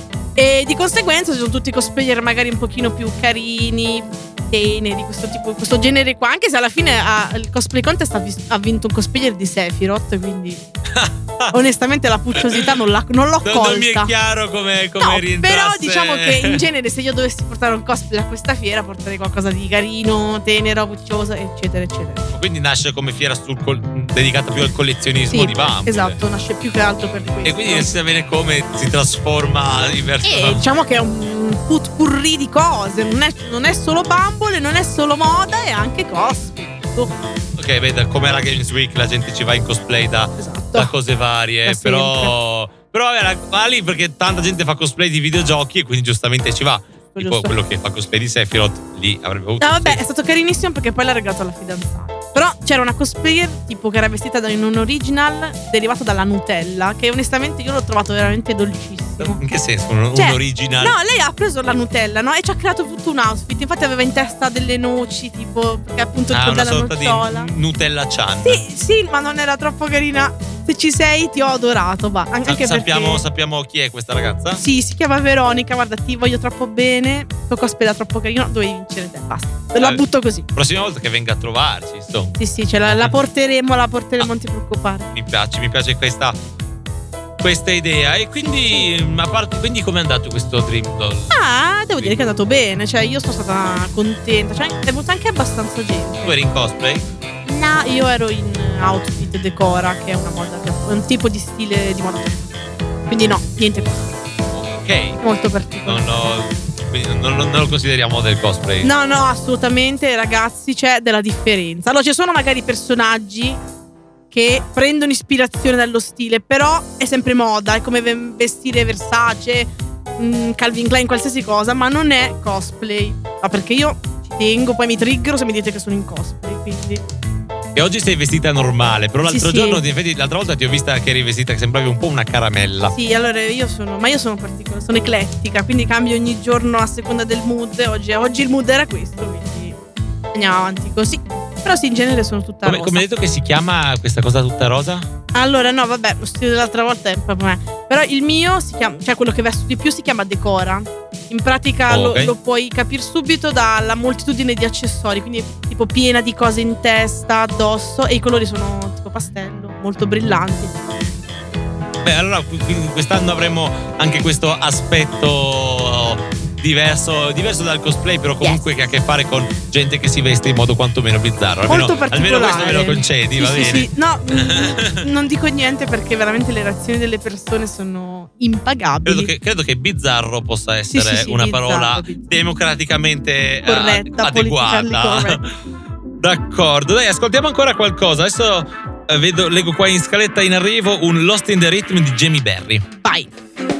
[SPEAKER 4] E di conseguenza ci sono tutti cosplayer magari un pochino più carini, teneri, questo tipo, questo genere qua. Anche se alla fine ha- il cosplay contest ha, vis- ha vinto un cosplayer di Sephiroth, quindi onestamente la pucciosità non, la, non l'ho
[SPEAKER 2] Non,
[SPEAKER 4] colta.
[SPEAKER 2] non mi è chiaro come, come
[SPEAKER 4] No,
[SPEAKER 2] rientrasse.
[SPEAKER 4] però diciamo che in genere se io dovessi portare un cosplay a questa fiera porterei qualcosa di carino, tenero, puccioso, eccetera, eccetera.
[SPEAKER 2] Quindi nasce come fiera sul col- dedicata più al collezionismo
[SPEAKER 4] Sì,
[SPEAKER 2] di bambole.
[SPEAKER 4] esatto, nasce più che altro per questo.
[SPEAKER 2] E quindi non si sa bene come si trasforma in verso.
[SPEAKER 4] E diciamo che è un putpurri di cose, non è, non è solo bambole, non è solo moda, è anche cosplay.
[SPEAKER 2] Ok, vedi, come alla Games Week la gente ci va in cosplay da,
[SPEAKER 4] Esatto.
[SPEAKER 2] da cose varie.
[SPEAKER 4] Da
[SPEAKER 2] però. Però vabbè, la- va lì perché tanta gente fa cosplay di videogiochi e quindi giustamente ci va. Tipo
[SPEAKER 4] giusto.
[SPEAKER 2] quello che fa cosplay di Sephiroth lì avrebbe avuto.
[SPEAKER 4] No, vabbè,
[SPEAKER 2] sì.
[SPEAKER 4] è stato carinissimo perché poi l'ha regalato alla fidanzata. Però c'era una cosplayer tipo che era vestita da in un original derivato dalla Nutella, che onestamente io l'ho trovato veramente dolcissimo.
[SPEAKER 2] In che senso? Un,
[SPEAKER 4] Cioè,
[SPEAKER 2] un original?
[SPEAKER 4] No, lei ha preso la Nutella, no? E ci ha creato tutto un outfit. Infatti aveva in testa delle noci, tipo, perché appunto
[SPEAKER 2] Ah,
[SPEAKER 4] il
[SPEAKER 2] una
[SPEAKER 4] della
[SPEAKER 2] sorta
[SPEAKER 4] nocciola.
[SPEAKER 2] di Nutella Chan.
[SPEAKER 4] Sì, sì, ma non era troppo carina. Se ci sei, ti ho adorato. Va. An-
[SPEAKER 2] Sa-
[SPEAKER 4] Anche
[SPEAKER 2] sappiamo,
[SPEAKER 4] perché...
[SPEAKER 2] sappiamo chi è questa ragazza?
[SPEAKER 4] Sì, si chiama Veronica. Guarda, ti voglio troppo bene. Tuo cosplay era troppo carino. Dovevi vincere te. Basta. Te la
[SPEAKER 2] Eh,
[SPEAKER 4] butto così.
[SPEAKER 2] Prossima volta che venga a trovarci, insomma.
[SPEAKER 4] Sì, sì, ce la, la porteremo, la porteremo, non ti preoccupare.
[SPEAKER 2] Mi piace, mi piace questa, questa idea. E quindi, a parte, quindi com'è andato questo Dream Doll?
[SPEAKER 4] Ah, devo dire che è andato bene. Cioè, io sono stata contenta. Cioè, è venuta anche abbastanza gente.
[SPEAKER 2] Tu eri in cosplay?
[SPEAKER 4] No, io ero in outfit decora, che è una moda, che è un tipo di stile di moda. Quindi no, niente
[SPEAKER 2] Ok.
[SPEAKER 4] molto particolare.
[SPEAKER 2] Non, ho, quindi non, non- non lo consideriamo del cosplay.
[SPEAKER 4] No, no, assolutamente, ragazzi, c'è della differenza. Allora, ci sono magari personaggi che prendono ispirazione dallo stile, però è sempre moda, è come ve- vestire Versace, mh, Calvin Klein, qualsiasi cosa, ma non è cosplay. Ma perché io ci tengo, poi mi triggero se mi dite che sono in cosplay, quindi...
[SPEAKER 2] E oggi sei vestita normale, però l'altro
[SPEAKER 4] Sì,
[SPEAKER 2] giorno,
[SPEAKER 4] sì.
[SPEAKER 2] ti- l'altra volta ti ho vista che eri vestita che sembravi un po' una caramella.
[SPEAKER 4] Sì, allora io sono, ma io sono particolare, sono eclettica, quindi cambio ogni giorno a seconda del mood. Oggi, oggi il mood era questo, quindi andiamo avanti così. Però sì, in genere sono tutta
[SPEAKER 2] Come,
[SPEAKER 4] rosa.
[SPEAKER 2] come hai detto che si chiama questa cosa tutta rosa?
[SPEAKER 4] Allora, no, vabbè, lo stile dell'altra volta è proprio me. Però il mio si chiama, cioè quello che vesto di più si chiama decora. In pratica
[SPEAKER 2] Oh,
[SPEAKER 4] lo,
[SPEAKER 2] ok.
[SPEAKER 4] lo puoi capire subito dalla moltitudine di accessori, quindi tipo piena di cose in testa, addosso, e i colori sono tipo pastello, molto brillanti.
[SPEAKER 2] Beh, allora quindi quest'anno avremo anche questo aspetto diverso, diverso dal cosplay, però comunque che ha a che fare con gente che si veste in modo quantomeno bizzarro. Almeno,
[SPEAKER 4] Molto particolare.
[SPEAKER 2] almeno questo me lo concedi,
[SPEAKER 4] Sì,
[SPEAKER 2] va
[SPEAKER 4] sì,
[SPEAKER 2] bene?
[SPEAKER 4] sì. No, mm, non dico niente perché veramente le reazioni delle persone sono impagabili.
[SPEAKER 2] Credo che, credo che bizzarro possa
[SPEAKER 4] Sì,
[SPEAKER 2] essere
[SPEAKER 4] sì, sì,
[SPEAKER 2] una
[SPEAKER 4] bizzarro,
[SPEAKER 2] parola
[SPEAKER 4] bizzarro.
[SPEAKER 2] democraticamente eh,
[SPEAKER 4] Corretta,
[SPEAKER 2] adeguata.
[SPEAKER 4] politically correct.
[SPEAKER 2] D'accordo, dai, ascoltiamo ancora qualcosa. Adesso eh, vedo, leggo qua in scaletta in arrivo un Lost in the Rhythm di Jamie Berry.
[SPEAKER 4] Vai.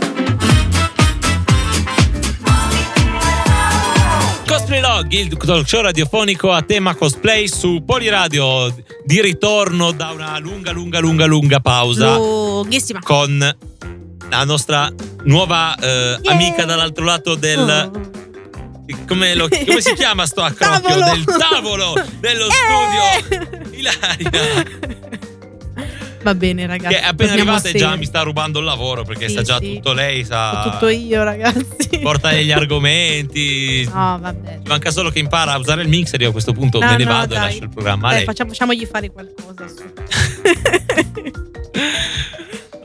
[SPEAKER 2] Cosplay Log, il talk show radiofonico a tema cosplay su Poliradio, di ritorno da una lunga, lunga, lunga, lunga pausa
[SPEAKER 4] Lunghissima.
[SPEAKER 2] con la nostra nuova eh,
[SPEAKER 4] Yeah.
[SPEAKER 2] amica dall'altro lato del...
[SPEAKER 4] Oh.
[SPEAKER 2] Come, lo- come si chiama sto accrocchio?
[SPEAKER 4] Tavolo.
[SPEAKER 2] Del tavolo dello
[SPEAKER 4] Eh.
[SPEAKER 2] studio. Ilaria,
[SPEAKER 4] Va bene, ragazzi.
[SPEAKER 2] che è appena
[SPEAKER 4] torniamo
[SPEAKER 2] arrivata
[SPEAKER 4] a
[SPEAKER 2] e già
[SPEAKER 4] serio.
[SPEAKER 2] mi sta rubando il lavoro perché
[SPEAKER 4] Sì,
[SPEAKER 2] sa già
[SPEAKER 4] sì.
[SPEAKER 2] tutto lei, sa
[SPEAKER 4] Ho tutto io, ragazzi.
[SPEAKER 2] porta degli argomenti.
[SPEAKER 4] No, vabbè.
[SPEAKER 2] Ci manca solo che impara a usare il mixer. Io a questo punto
[SPEAKER 4] No,
[SPEAKER 2] me ne
[SPEAKER 4] no,
[SPEAKER 2] vado e
[SPEAKER 4] dai.
[SPEAKER 2] lascio il programma a
[SPEAKER 4] Dai,
[SPEAKER 2] lei.
[SPEAKER 4] facciamo, facciamogli fare qualcosa. su.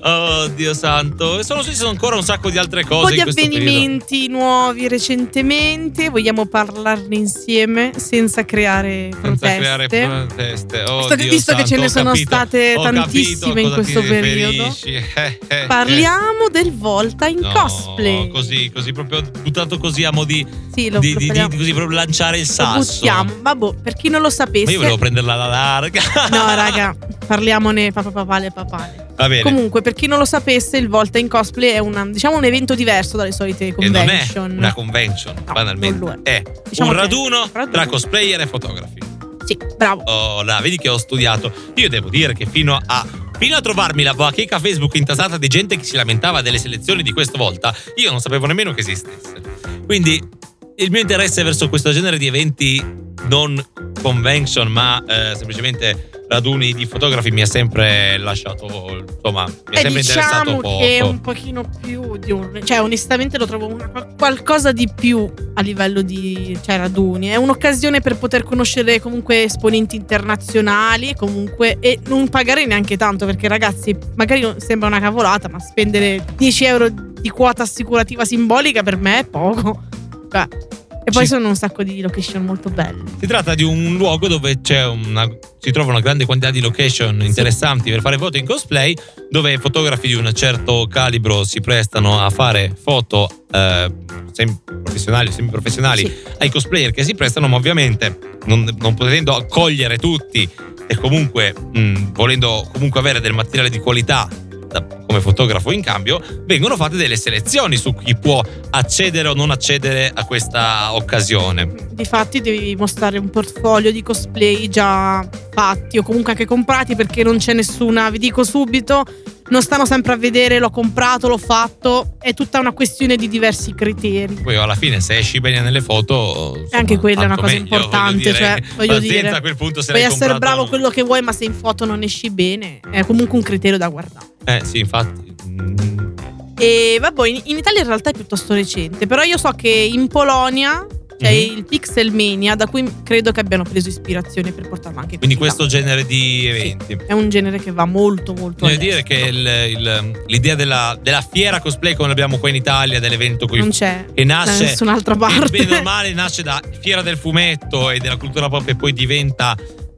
[SPEAKER 2] Oh Dio santo. E sono, ci sono ancora un sacco di altre cose
[SPEAKER 4] Un po' di
[SPEAKER 2] in questo periodo.
[SPEAKER 4] avvenimenti nuovi recentemente. Vogliamo parlarne insieme senza creare
[SPEAKER 2] Senza
[SPEAKER 4] proteste.
[SPEAKER 2] creare proteste. Oh,
[SPEAKER 4] Visto che-
[SPEAKER 2] Dio
[SPEAKER 4] visto che
[SPEAKER 2] santo,
[SPEAKER 4] ce ne
[SPEAKER 2] ho
[SPEAKER 4] sono
[SPEAKER 2] capito,
[SPEAKER 4] state
[SPEAKER 2] ho
[SPEAKER 4] tantissime
[SPEAKER 2] capito a
[SPEAKER 4] in
[SPEAKER 2] cosa
[SPEAKER 4] questo
[SPEAKER 2] ti
[SPEAKER 4] periodo.
[SPEAKER 2] riferisci. Eh, eh, eh.
[SPEAKER 4] Parliamo del Volta in
[SPEAKER 2] No,
[SPEAKER 4] cosplay.
[SPEAKER 2] Così, così proprio buttato così a mo' di,
[SPEAKER 4] Sì, lo,
[SPEAKER 2] di,
[SPEAKER 4] lo
[SPEAKER 2] di-
[SPEAKER 4] parliamo.
[SPEAKER 2] di- così proprio lanciare il
[SPEAKER 4] Lo
[SPEAKER 2] sasso.
[SPEAKER 4] buttiamo. Ma boh, per chi non lo
[SPEAKER 2] Ma
[SPEAKER 4] sapesse.
[SPEAKER 2] io volevo prenderla alla larga.
[SPEAKER 4] No, raga, parliamone papà papale papale.
[SPEAKER 2] Va bene.
[SPEAKER 4] Comunque, per chi non lo sapesse, il Volta in cosplay è una, diciamo, un evento diverso dalle solite
[SPEAKER 2] E non è
[SPEAKER 4] convention.
[SPEAKER 2] una convention,
[SPEAKER 4] No,
[SPEAKER 2] banalmente.
[SPEAKER 4] non lo
[SPEAKER 2] È
[SPEAKER 4] Diciamo
[SPEAKER 2] un
[SPEAKER 4] che-
[SPEAKER 2] raduno
[SPEAKER 4] raduno.
[SPEAKER 2] tra cosplayer e fotografi.
[SPEAKER 4] Sì, bravo.
[SPEAKER 2] Oh, là, vedi che ho studiato. Io devo dire che fino a fino a trovarmi la bacheca Facebook intasata di gente che si lamentava delle selezioni di questa volta, io non sapevo nemmeno che esistesse. Quindi il mio interesse verso questo genere di eventi non convention, ma eh, semplicemente raduni di fotografi mi ha sempre lasciato, insomma, mi ha
[SPEAKER 4] E
[SPEAKER 2] sempre interessato
[SPEAKER 4] diciamo
[SPEAKER 2] poco.
[SPEAKER 4] che è un pochino più di un. Cioè, onestamente lo trovo una- qualcosa di più a livello di cioè, raduni. È un'occasione per poter conoscere comunque esponenti internazionali e comunque e non pagare neanche tanto, perché ragazzi, magari sembra una cavolata, ma spendere dieci euro di quota assicurativa simbolica per me è poco. Cioè, e poi
[SPEAKER 2] Sì.
[SPEAKER 4] sono un sacco di location molto belle.
[SPEAKER 2] Si tratta di un luogo dove c'è una, si trova una grande quantità di location interessanti per fare foto in cosplay, dove fotografi di un certo calibro si prestano a fare foto eh, sem- professionali o semiprofessionali
[SPEAKER 4] Sì.
[SPEAKER 2] ai cosplayer che si prestano, ma ovviamente non, non potendo accogliere tutti e comunque mh, volendo comunque avere del materiale di qualità da- come fotografo in cambio, vengono fatte delle selezioni su chi può accedere o non accedere a questa occasione.
[SPEAKER 4] Difatti devi mostrare un portfolio di cosplay già fatti o comunque anche comprati, perché non c'è nessuna, vi dico subito, non stanno sempre a vedere l'ho comprato, l'ho fatto, è tutta una questione di diversi criteri.
[SPEAKER 2] Poi alla fine se esci bene nelle foto, insomma,
[SPEAKER 4] Anche quella è una
[SPEAKER 2] tanto
[SPEAKER 4] cosa
[SPEAKER 2] meglio,
[SPEAKER 4] importante,
[SPEAKER 2] voglio
[SPEAKER 4] cioè,
[SPEAKER 2] dire,
[SPEAKER 4] voglio
[SPEAKER 2] pazienza,
[SPEAKER 4] dire,
[SPEAKER 2] a quel punto se
[SPEAKER 4] puoi
[SPEAKER 2] l'hai
[SPEAKER 4] essere
[SPEAKER 2] comprato-
[SPEAKER 4] bravo quello che vuoi, ma se in foto non esci bene è comunque un criterio da guardare.
[SPEAKER 2] Eh sì, infatti. Mm,
[SPEAKER 4] E vabbè, in, in Italia in realtà è piuttosto recente, però io so che in Polonia c'è
[SPEAKER 2] Mhm.
[SPEAKER 4] il Pixelmania, da cui credo che abbiano preso ispirazione per portarlo anche qui.
[SPEAKER 2] quindi
[SPEAKER 4] in Italia.
[SPEAKER 2] questo genere di eventi.
[SPEAKER 4] È un genere che va molto molto
[SPEAKER 2] Voglio dire
[SPEAKER 4] all'estero.
[SPEAKER 2] che il- il- l'idea della, della fiera cosplay come l'abbiamo qua in Italia, dell'evento coi-
[SPEAKER 4] non c'è
[SPEAKER 2] che nasce
[SPEAKER 4] da nessun'altra
[SPEAKER 2] che
[SPEAKER 4] parte.
[SPEAKER 2] bene o male nasce da fiera del fumetto e della cultura pop e poi diventa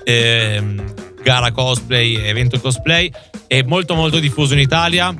[SPEAKER 2] ehm, gara cosplay, evento cosplay, è molto molto diffuso in Italia.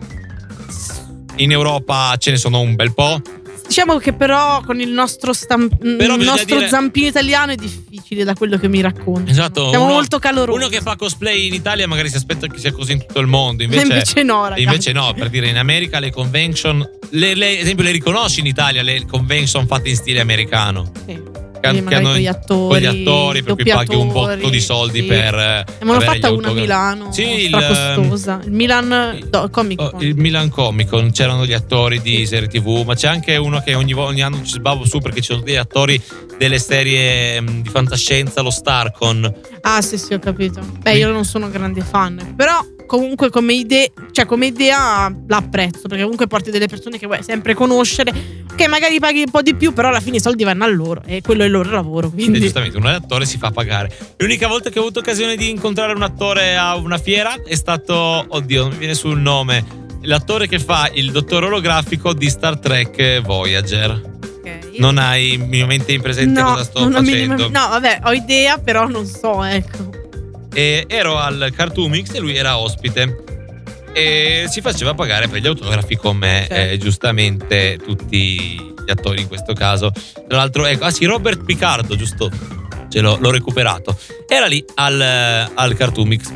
[SPEAKER 2] In Europa ce ne sono un bel po'.
[SPEAKER 4] Diciamo che però con il nostro, stamp- il
[SPEAKER 2] Però bisogna
[SPEAKER 4] nostro
[SPEAKER 2] dire-
[SPEAKER 4] zampino italiano è difficile, da quello che mi racconti.
[SPEAKER 2] Esatto,
[SPEAKER 4] Siamo
[SPEAKER 2] uno-
[SPEAKER 4] molto calorosi.
[SPEAKER 2] Uno che fa cosplay in Italia magari si aspetta che sia così in tutto il mondo,
[SPEAKER 4] E
[SPEAKER 2] invece,
[SPEAKER 4] invece no, ragazzi.
[SPEAKER 2] invece no, per dire in America le convention, le, le- ad esempio le riconosci in Italia le convention fatte in stile americano,
[SPEAKER 4] Sì.
[SPEAKER 2] che,
[SPEAKER 4] Quindi
[SPEAKER 2] che
[SPEAKER 4] magari
[SPEAKER 2] hanno
[SPEAKER 4] con gli attori,
[SPEAKER 2] con gli attori per cui paghi un botto
[SPEAKER 4] doppiatori,
[SPEAKER 2] di soldi
[SPEAKER 4] sì.
[SPEAKER 2] per
[SPEAKER 4] Ne hanno
[SPEAKER 2] avere
[SPEAKER 4] fatta
[SPEAKER 2] gli
[SPEAKER 4] una a
[SPEAKER 2] autografi.
[SPEAKER 4] Milano,
[SPEAKER 2] Sì, il,
[SPEAKER 4] stracostosa. Il Milan do, Comic
[SPEAKER 2] Oh,
[SPEAKER 4] Con.
[SPEAKER 2] il Milan Comic Con, c'erano gli attori di serie tivù, ma c'è anche uno che ogni, vo- ogni anno ci sbavo su perché ci sono degli attori delle serie mh, di fantascienza, lo Starcon.
[SPEAKER 4] Ah, sì, sì, ho capito. Beh, io non sono grande fan, però comunque come idea, cioè come idea l'apprezzo, perché comunque porti delle persone che vuoi sempre conoscere, che magari paghi un po' di più, però alla fine i soldi vanno a loro e quello è il loro lavoro,
[SPEAKER 2] E
[SPEAKER 4] quindi
[SPEAKER 2] giustamente un attore si fa pagare. L'unica volta che ho avuto occasione di incontrare un attore a una fiera è stato, oddio, non mi viene sul nome, l'attore che fa il dottor olografico di Star Trek Voyager.
[SPEAKER 4] Ok.
[SPEAKER 2] Non hai minimamente in presente
[SPEAKER 4] no,
[SPEAKER 2] cosa sto
[SPEAKER 4] non ho
[SPEAKER 2] facendo?
[SPEAKER 4] minima- no, vabbè, ho idea, però non so, ecco.
[SPEAKER 2] E ero al Cartoomix e lui era ospite e si faceva pagare per gli autografi come
[SPEAKER 4] Certo.
[SPEAKER 2] eh, giustamente tutti gli attori in questo caso. Tra l'altro, ecco, ah sì, Robert Picardo, giusto, ce l'ho, l'ho recuperato, era lì al, al Cartoomix.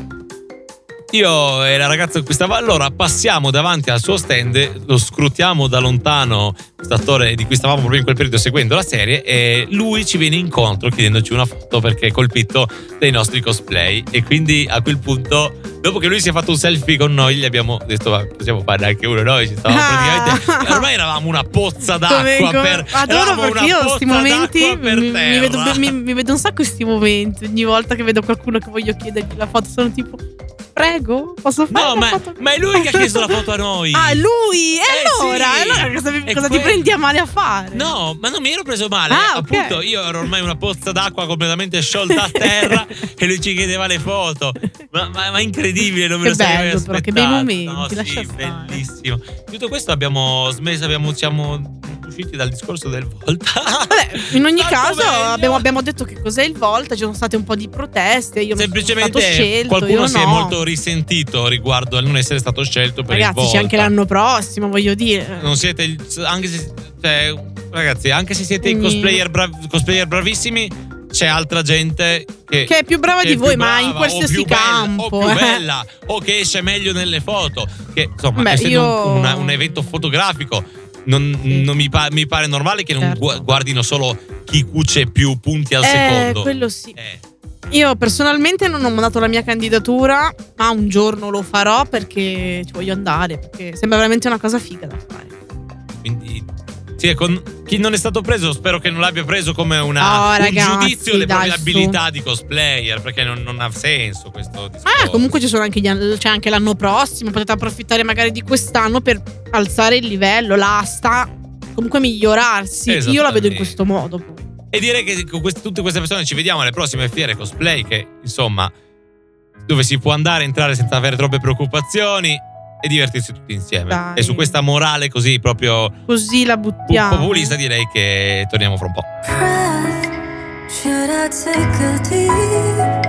[SPEAKER 2] Io e la ragazza con cui stavo allora passiamo davanti al suo stand, lo scrutiamo da lontano, questo attore di cui stavamo proprio in quel periodo seguendo la serie, e lui ci viene incontro chiedendoci una foto perché è colpito dai nostri cosplay, e quindi a quel punto, dopo che lui si è fatto un selfie con noi, gli abbiamo detto va, possiamo farne anche uno noi, ci stavamo
[SPEAKER 4] Ah.
[SPEAKER 2] praticamente, ormai eravamo una pozza d'acqua
[SPEAKER 4] Come- come-
[SPEAKER 2] per
[SPEAKER 4] adoro,
[SPEAKER 2] eravamo
[SPEAKER 4] perché
[SPEAKER 2] una
[SPEAKER 4] io
[SPEAKER 2] pozza
[SPEAKER 4] questi momenti
[SPEAKER 2] d'acqua per
[SPEAKER 4] mi, mi
[SPEAKER 2] terra.
[SPEAKER 4] vedo, mi, mi vedo un sacco questi momenti. Ogni volta che vedo qualcuno che voglio chiedergli la foto sono tipo prego, posso fare
[SPEAKER 2] No,
[SPEAKER 4] una
[SPEAKER 2] ma,
[SPEAKER 4] foto?
[SPEAKER 2] ma è lui che ha chiesto la foto a noi.
[SPEAKER 4] Ah, lui? E
[SPEAKER 2] Eh,
[SPEAKER 4] allora?
[SPEAKER 2] sì.
[SPEAKER 4] allora cosa,
[SPEAKER 2] E
[SPEAKER 4] cosa ti
[SPEAKER 2] que-
[SPEAKER 4] prendi a male a fare?
[SPEAKER 2] No, ma non mi ero preso male.
[SPEAKER 4] Ah, ok.
[SPEAKER 2] Appunto, io ero ormai una pozza d'acqua completamente sciolta a terra e lui ci chiedeva le foto. Ma, ma, ma incredibile, non me
[SPEAKER 4] Che
[SPEAKER 2] lo sarei mai
[SPEAKER 4] bello, però, che
[SPEAKER 2] aspettato.
[SPEAKER 4] bei momenti,
[SPEAKER 2] No,
[SPEAKER 4] lascia
[SPEAKER 2] sì,
[SPEAKER 4] stare.
[SPEAKER 2] bellissimo. Tutto questo abbiamo smesso, abbiamo, siamo usciti dal discorso del Volta.
[SPEAKER 4] Vabbè, in ogni
[SPEAKER 2] Tanto
[SPEAKER 4] caso
[SPEAKER 2] meglio.
[SPEAKER 4] abbiamo, abbiamo detto che cos'è il Volta, ci sono state un po' di proteste, io non sono
[SPEAKER 2] Semplicemente
[SPEAKER 4] stato scelto,
[SPEAKER 2] qualcuno
[SPEAKER 4] io
[SPEAKER 2] si è
[SPEAKER 4] no.
[SPEAKER 2] molto risentito riguardo al non essere stato scelto per il
[SPEAKER 4] Ragazzi,
[SPEAKER 2] Volta.
[SPEAKER 4] c'è anche l'anno prossimo, voglio dire.
[SPEAKER 2] Non siete il- anche se cioè, ragazzi, anche se siete
[SPEAKER 4] Quindi-
[SPEAKER 2] cosplayer, brav- cosplayer bravissimi, c'è altra gente che,
[SPEAKER 4] Che è più brava
[SPEAKER 2] che
[SPEAKER 4] di
[SPEAKER 2] è
[SPEAKER 4] voi,
[SPEAKER 2] più
[SPEAKER 4] ma
[SPEAKER 2] brava,
[SPEAKER 4] in
[SPEAKER 2] o
[SPEAKER 4] qualsiasi
[SPEAKER 2] più bella,
[SPEAKER 4] campo.
[SPEAKER 2] o più
[SPEAKER 4] eh.
[SPEAKER 2] bella, o che esce meglio nelle foto. Che insomma,
[SPEAKER 4] Beh,
[SPEAKER 2] essendo
[SPEAKER 4] io-
[SPEAKER 2] un, una- un evento fotografico, non,
[SPEAKER 4] Sì.
[SPEAKER 2] non mi, pa- mi pare normale che non
[SPEAKER 4] Certo.
[SPEAKER 2] gu- guardino solo chi cuce più punti al
[SPEAKER 4] Eh,
[SPEAKER 2] secondo.
[SPEAKER 4] quello sì.
[SPEAKER 2] Eh,
[SPEAKER 4] Io personalmente non ho mandato la mia candidatura, ma un giorno lo farò perché ci voglio andare, perché sembra veramente una cosa figa da fare.
[SPEAKER 2] quindi sì, con chi non è stato preso, spero che non l'abbia preso come una,
[SPEAKER 4] Oh,
[SPEAKER 2] un
[SPEAKER 4] ragazzi,
[SPEAKER 2] giudizio delle proprie
[SPEAKER 4] dai, su.
[SPEAKER 2] abilità di cosplayer, perché non, non ha senso questo discorso.
[SPEAKER 4] Ah, comunque ci sono anche gli an- c'è anche l'anno prossimo, potete approfittare magari di quest'anno per alzare il livello, l'asta, comunque migliorarsi. Io la vedo in
[SPEAKER 2] Esattamente.
[SPEAKER 4] questo modo.
[SPEAKER 2] E direi che con queste- tutte queste persone ci vediamo alle prossime fiere cosplay, che insomma, dove si può andare, entrare senza avere troppe preoccupazioni e divertirsi tutti insieme.
[SPEAKER 4] Dai.
[SPEAKER 2] E su questa morale così proprio
[SPEAKER 4] Così la buttiamo.
[SPEAKER 2] populista direi che torniamo fra un po'.
[SPEAKER 1] Should I take a deep?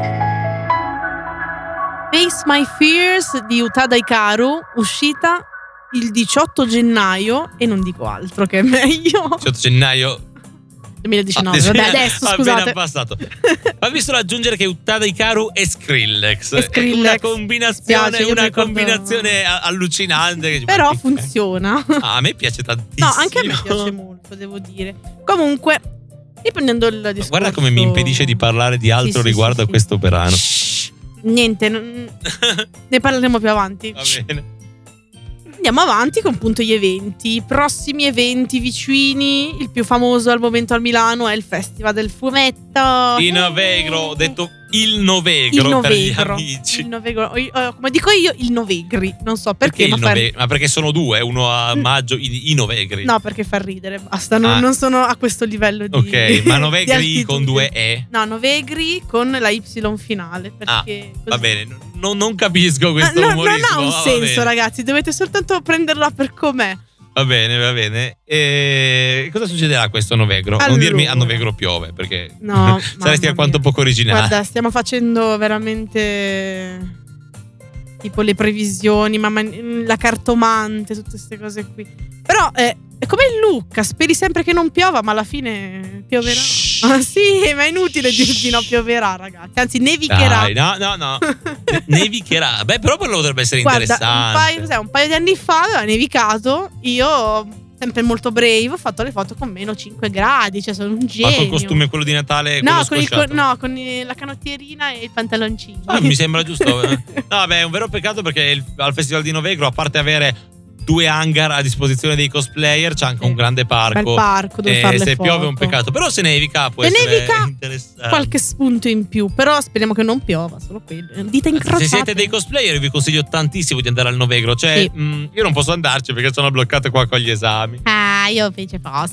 [SPEAKER 4] Face My Fears di Utada Hikaru, uscita il diciotto gennaio, e non dico altro che è meglio.
[SPEAKER 2] diciotto gennaio
[SPEAKER 4] duemiladiciannove,
[SPEAKER 2] Ah,
[SPEAKER 4] vabbè, adesso
[SPEAKER 2] appena
[SPEAKER 4] scusate.
[SPEAKER 2] passato. Fammi solo aggiungere che Utada Hikaru e Skrillex.
[SPEAKER 4] E Skrillex.
[SPEAKER 2] Una combinazione,
[SPEAKER 4] Mi piace, io mi
[SPEAKER 2] una
[SPEAKER 4] ricordo-
[SPEAKER 2] combinazione a- allucinante. che-
[SPEAKER 4] Però
[SPEAKER 2] ma che-
[SPEAKER 4] funziona.
[SPEAKER 2] Ah, a me piace tantissimo.
[SPEAKER 4] No, anche a me piace molto, devo dire. Comunque, riprendendo il discorso.
[SPEAKER 2] Guarda come mi impedisce di parlare di altro
[SPEAKER 4] Sì, sì,
[SPEAKER 2] riguardo
[SPEAKER 4] sì,
[SPEAKER 2] a
[SPEAKER 4] sì.
[SPEAKER 2] questo operano.
[SPEAKER 4] Shh, niente, non- ne parleremo più avanti.
[SPEAKER 2] Va bene.
[SPEAKER 4] Andiamo avanti con appunto gli eventi. I prossimi eventi vicini. Il più famoso al momento a Milano è il Festival del Fumetto.
[SPEAKER 2] Il Novegro, ho detto il Novegro,
[SPEAKER 4] Il
[SPEAKER 2] per gli
[SPEAKER 4] Novegro.
[SPEAKER 2] amici.
[SPEAKER 4] Il Novegro. Eh, come dico io, il Novegri. Non so perché,
[SPEAKER 2] Perché il
[SPEAKER 4] ma fa-
[SPEAKER 2] Novegro? Ma perché sono due, uno a maggio, i, i Novegri.
[SPEAKER 4] No, perché fa ridere, basta. Non,
[SPEAKER 2] Ah.
[SPEAKER 4] non sono a questo livello di.
[SPEAKER 2] Ok, ma
[SPEAKER 4] di
[SPEAKER 2] Novegri
[SPEAKER 4] altitudine.
[SPEAKER 2] con due E.
[SPEAKER 4] No, Novegri con la Y finale.
[SPEAKER 2] Ah,
[SPEAKER 4] Perché
[SPEAKER 2] Va
[SPEAKER 4] così-
[SPEAKER 2] bene, non, non capisco
[SPEAKER 4] Ah,
[SPEAKER 2] questo
[SPEAKER 4] no, non
[SPEAKER 2] umorismo.
[SPEAKER 4] ha un
[SPEAKER 2] ma va
[SPEAKER 4] senso,
[SPEAKER 2] bene.
[SPEAKER 4] ragazzi. Dovete soltanto prenderla per com'è.
[SPEAKER 2] Va bene, va bene. E cosa succederà a questo Novegro? Non
[SPEAKER 4] Allora.
[SPEAKER 2] dirmi a Novegro piove, perché
[SPEAKER 4] No,
[SPEAKER 2] saresti
[SPEAKER 4] mamma
[SPEAKER 2] alquanto
[SPEAKER 4] mia.
[SPEAKER 2] poco originale.
[SPEAKER 4] Guarda, stiamo facendo veramente tipo le previsioni, mamma, la cartomante, tutte queste cose qui. Però eh, è come il Lucca, speri sempre che non piova, ma alla fine pioverà.
[SPEAKER 2] Shh.
[SPEAKER 4] Ah, sì, ma è inutile dirti no, pioverà, ragazzi. Anzi, nevicherà.
[SPEAKER 2] Dai, no, no, no. Nevicherà. Beh, però quello potrebbe essere
[SPEAKER 4] Guarda, un
[SPEAKER 2] interessante.
[SPEAKER 4] paio, cos'è, un paio di anni fa aveva nevicato. Io, sempre molto brave, ho fatto le foto con meno cinque gradi. Cioè, sono un genio.
[SPEAKER 2] Ma col costume quello di Natale,
[SPEAKER 4] No,
[SPEAKER 2] quello
[SPEAKER 4] con, il, co-
[SPEAKER 2] scosciato?
[SPEAKER 4] no, con i- la canottierina e il pantaloncino.
[SPEAKER 2] Ah, mi sembra giusto. eh. No, beh, è un vero peccato perché il- al Festival di Novegro, a parte avere due hangar a disposizione dei cosplayer, c'è anche
[SPEAKER 4] Sì.
[SPEAKER 2] un grande parco.
[SPEAKER 4] Bel parco dove
[SPEAKER 2] E
[SPEAKER 4] fare le
[SPEAKER 2] se
[SPEAKER 4] foto.
[SPEAKER 2] piove è un peccato. Però se nevica può
[SPEAKER 4] Se
[SPEAKER 2] essere
[SPEAKER 4] nevica,
[SPEAKER 2] interessante.
[SPEAKER 4] Qualche spunto in più, però speriamo che non piova, solo quello. Dita incrociate.
[SPEAKER 2] Se siete dei cosplayer, vi consiglio tantissimo di andare al Novegro. Cioè,
[SPEAKER 4] Sì.
[SPEAKER 2] mh, io non posso andarci perché sono bloccato qua con gli esami.
[SPEAKER 4] Ah, io invece posso.